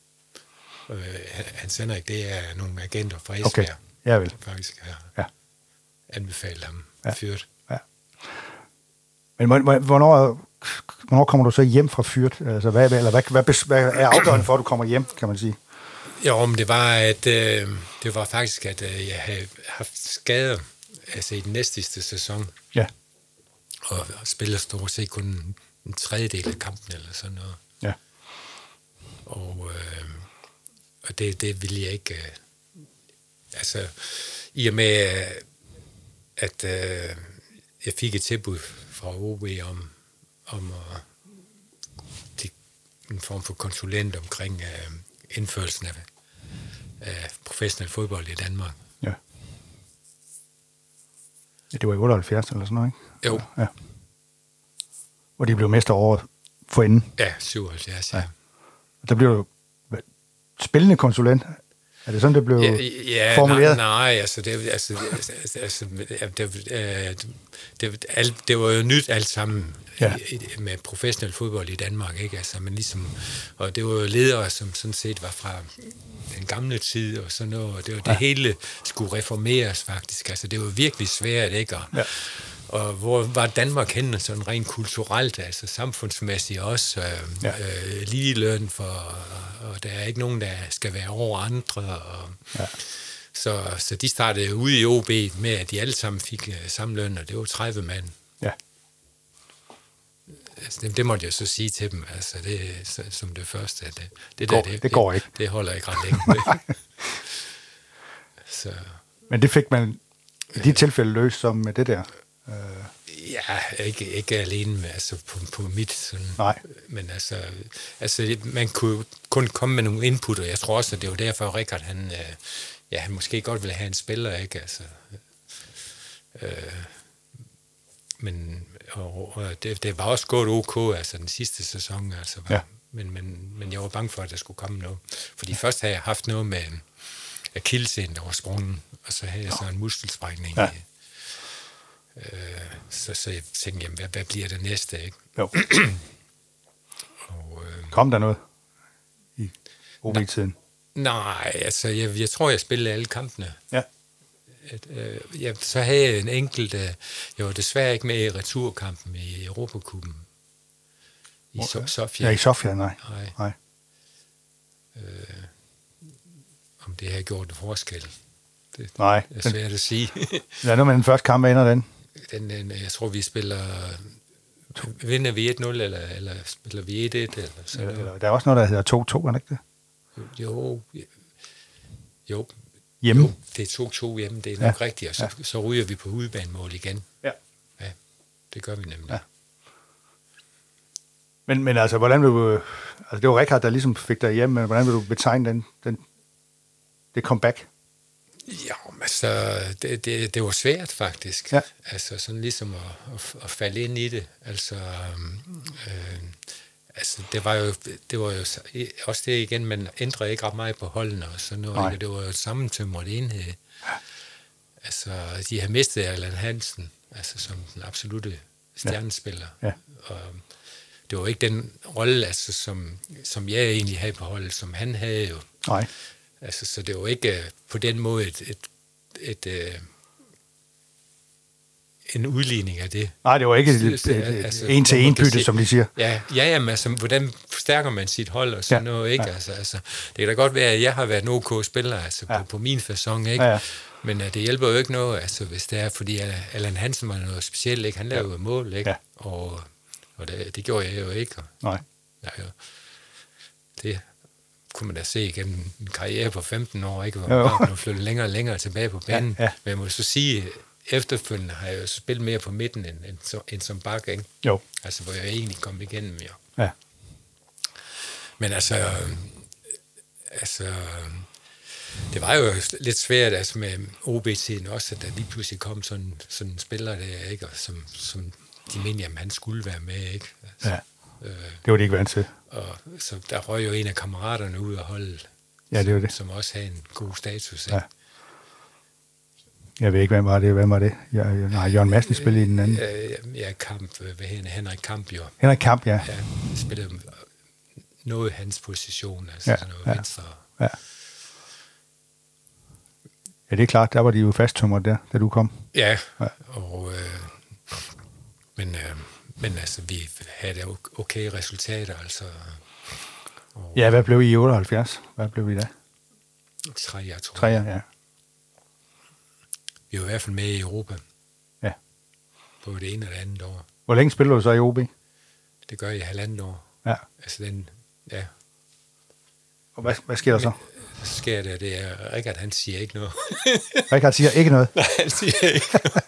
Hans Henrik, det er nogle agenter fra Esbjerg. Okay, ja vel. Faktisk har anbefalet ham Fürth. Ja. Men hvornår kommer du så hjem fra Fürth? Altså, hvad er afgørende for, at du kommer hjem, kan man sige? Jo, men det var faktisk, at jeg havde haft skader altså i den næstsidste sæson. Ja. Og spiller stort set kun en tredjedel af kampen eller sådan noget. Ja. Og det ville jeg ikke... altså, i og med, at jeg fik et tilbud fra OB om at blive en form for konsulent omkring indførelsen af professionel fodbold i Danmark. Ja. Ja, det var i 78 eller sådan noget, ikke? Jo. Ja. Hvor de blev mester året forinden. Ja, 77, ja. Der blev jo spillende konsulent. Er det sådan, det blev formuleret? Nej, det var jo nyt alt sammen med professionel fodbold i Danmark, ikke? Altså, men ligesom, og det var jo ledere, som sådan set var fra den gamle tid og sådan noget, og det var det hele skulle reformeres faktisk. Altså, det var virkelig svært, ikke? Og hvor var Danmark henne sådan rent kulturelt, altså samfundsmæssigt også, lige løn for, og der er ikke nogen, der skal være over andre. Og, så de startede ude i OB med, at de alle sammen fik samme løn, og det var 30 mand. Ja. Altså, det måtte jeg så sige til dem, altså det som det første. At det går ikke. Det holder ikke ret længe med. Så. Men det fik man i de tilfælde løst som med det der? Ja, ikke alene med, altså på mit sådan. Nej. Men altså man kunne kun komme med nogle input, og jeg tror også, at det var derfor, Richard, han måske godt ville have en spiller, ikke? Altså, men det var også gået ok, altså den sidste sæson, altså. Men jeg var bange for, at der skulle komme noget. Fordi først havde jeg haft noget med akillescenen, der var sprunget, og så havde jeg så en muskelsprængning. Ja. Så jeg tænkte, jamen, hvad bliver det næste, ikke? Jo. Kom der noget i OB-tiden? Nej, altså, jeg tror, jeg spillede alle kampene. Ja. Så havde jeg en enkelt... jeg var desværre ikke med i returkampen i Europacupen. I Sofia. Ja, i Sofia, nej. Om det har gjort en forskel. Det nej. er svært at sige. Hvad er noget med den første kamp, ender den? Jeg tror, vi spiller... Vinder vi 1-0, eller spiller vi 1-1, eller sådan noget. Der er også noget, der hedder 2-2, er det ikke det? Jo. Hjemme? Jo, det er 2-2 hjemme, det er nok rigtigt, og så ryger vi på udebanemål igen. Ja, det gør vi nemlig. Ja. Men altså, hvordan vil du... Altså, det var Richard, der ligesom fik dig hjem, men hvordan vil du betegne det comeback? Ja, altså, det var svært faktisk. Ja. Altså, sådan ligesom at falde ind i det. Altså, det var jo også det igen, man ændrede ikke ret meget på holdene og sådan noget. Ikke? Det var jo sammentømret enhed. Ja. Altså, de havde mistet Allan Hansen, altså som den absolute stjernespiller. Ja. Og det var ikke den rolle, altså, som jeg egentlig havde på holdet, som han havde jo. Nej. Altså, så det var ikke på den måde en udligning af det. Nej, det var ikke et en-til-en bytte, som de siger. Ja, men altså, hvordan forstærker man sit hold og sådan noget, ikke? Ja. Altså, det kan da godt være, at jeg har været en OK-spiller, altså på min facon, ikke? Ja. Men det hjælper jo ikke noget, altså, hvis det er, fordi Allan Hansen var noget specielt, ikke? Han lavede mål, ikke? Ja. Og det gjorde jeg jo ikke. Nej. Det kunne man da se igennem en karriere på 15 år, ikke? Hvor man flyttede længere og længere tilbage på banen. Ja. Men jeg må så sige, efterfølgende har jeg jo spillet mere på midten end som bak, ikke? Jo. Altså, hvor jeg egentlig kom igennem, jo. Ja. Men altså, det var jo lidt svært altså med OB-tiden også, at der lige pludselig kom sådan en spiller der, ikke? Og som de mente, at han skulle være med, ikke? Altså, ja. Det var de ikke vant til. Og så der røg jo en af kammeraterne ud og holde, ja, det var det. Som også havde en god status, ikke? Ja. Jeg ved ikke, hvem var det? Jørgen Madsen spillede i den anden. Henrik Kamp, jo. Henrik Kamp, ja. Ja, spillede noget af hans position, altså sådan noget venstre. Ja. Ja, det er klart, der var de jo fasttømret der, da du kom. Ja. Og, men altså, vi havde okay resultater, altså. Og ja, hvad blev I 78? Hvad blev I da? 3, jeg tror. 3, ja. Vi var i hvert fald med i Europa. Ja. På det ene eller andet år. Hvor længe spiller du så i OB? Det gør jeg i 1,5 år. Ja. Altså den, ja. Og hvad sker der så? Så sker det er, Richard, han siger ikke noget. Richard siger ikke noget? Nej, han siger ikke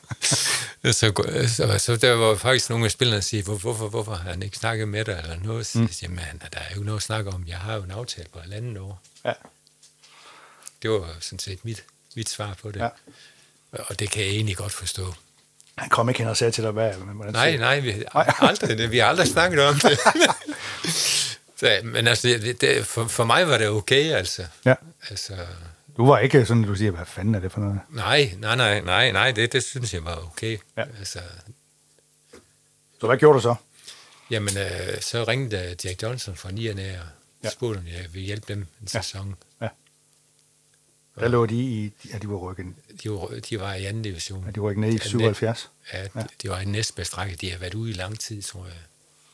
noget. Så der var faktisk nogle af spillerne, der siger, hvorfor har han ikke snakket med dig, eller noget? Så siger man, der er jo noget at snakke om. Jeg har jo en aftale på 1,5 år. Ja. Det var sådan set mit svar på det. Ja. Og det kan jeg egentlig godt forstå. Han kom ikke hen og sagde til dig, Nej, vi har aldrig snakket om det. Så, men altså, for mig var det okay, altså. Ja. Altså, du var ikke sådan, du siger, hvad fanden er det for noget? Nej, det synes jeg var okay. Ja. Altså, så hvad gjorde du så? Jamen, så ringede Jack Johnson fra Nierne og spurgte, om jeg ville hjælpe dem en sæson. Ja. Der lå de i, de var rykket. De var i anden division. Ja, de rykket ned i 77. Ja, de var i næstbedste række. De har været ude i lang tid, tror jeg.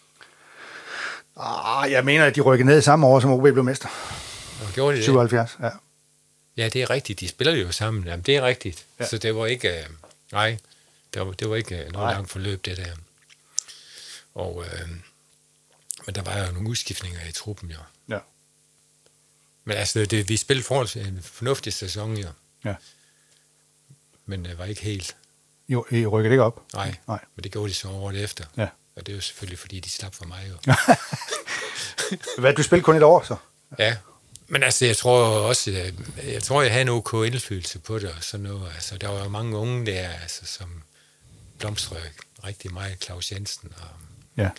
Jeg mener, at de rykkede ned samme år, som OB blev mester. Og gjorde de det? 77, ja. Ja, det er rigtigt. De spiller jo sammen. Jamen, det er rigtigt. Ja. Så det var ikke... det var ikke noget langt forløb, det der. Og, men der var jo nogle udskiftninger i truppen, jo. Ja. Men altså, vi spillede forholdsvis en fornuftig sæson, jo. Ja. Men det var ikke helt... Jo, I rykkede ikke op? Nej, men det gjorde de så året efter. Ja. Og det er jo selvfølgelig, fordi de slap for mig, jo. Hvad, du spillede kun 1 år, så? Ja. Men altså, jeg tror, jeg havde en OK indflydelse på det, og sådan noget. Altså, der var jo mange unge der, altså, som blomstrede rigtig meget. Claus Jensen og... Ja.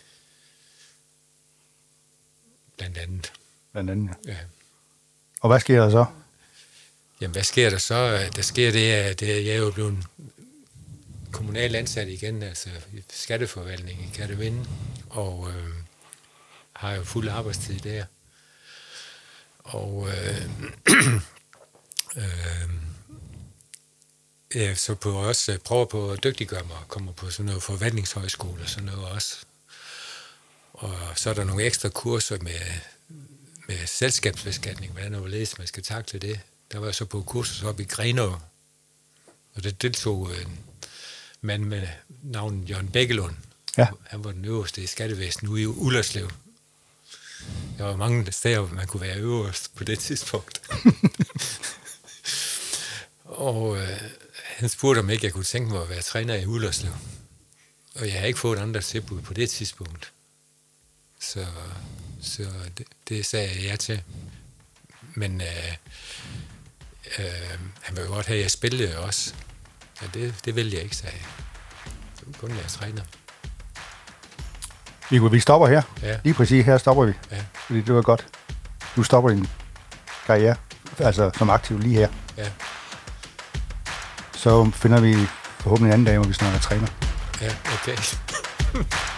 Blandt andet, ja. Og hvad sker der så? Jamen, hvad sker der så? Der sker det, at jeg er jo blevet kommunal ansat igen, altså skatteforvaltning i Kerteminde, og har jo fuld arbejdstid der. Og så på også prøver på at dygtiggøre mig og kommer på sådan noget forvaltningshøjskole og sådan noget også. Og så er der nogle ekstra kurser med selskabsbeskatning, hvordan og hvorledes man skal takle det. Der var jeg så på kursus oppe i Grenaa, og det deltog en mand med navnet Jørgen Bækkelund. Ja. Han var den øverste i skattevæsenet ude i Ullerslev. Der var mange steder, hvor man kunne være øverst på det tidspunkt. Og han spurgte, om ikke jeg kunne tænke mig at være træner i Ullerslev. Og jeg har ikke fået andre tilbud på det tidspunkt. Så det sagde jeg ja til. Men han vil jo godt have, at jeg spillede også. Ja, det ville jeg ikke, sagde jeg. Så kun være træner. Vi stopper her. Ja. Lige præcis her stopper vi. Ja. Fordi det var godt. Du stopper din karriere, altså som aktiv lige her. Ja. Så finder vi forhåbentlig en anden dag, hvor vi snakker træner. Ja, okay.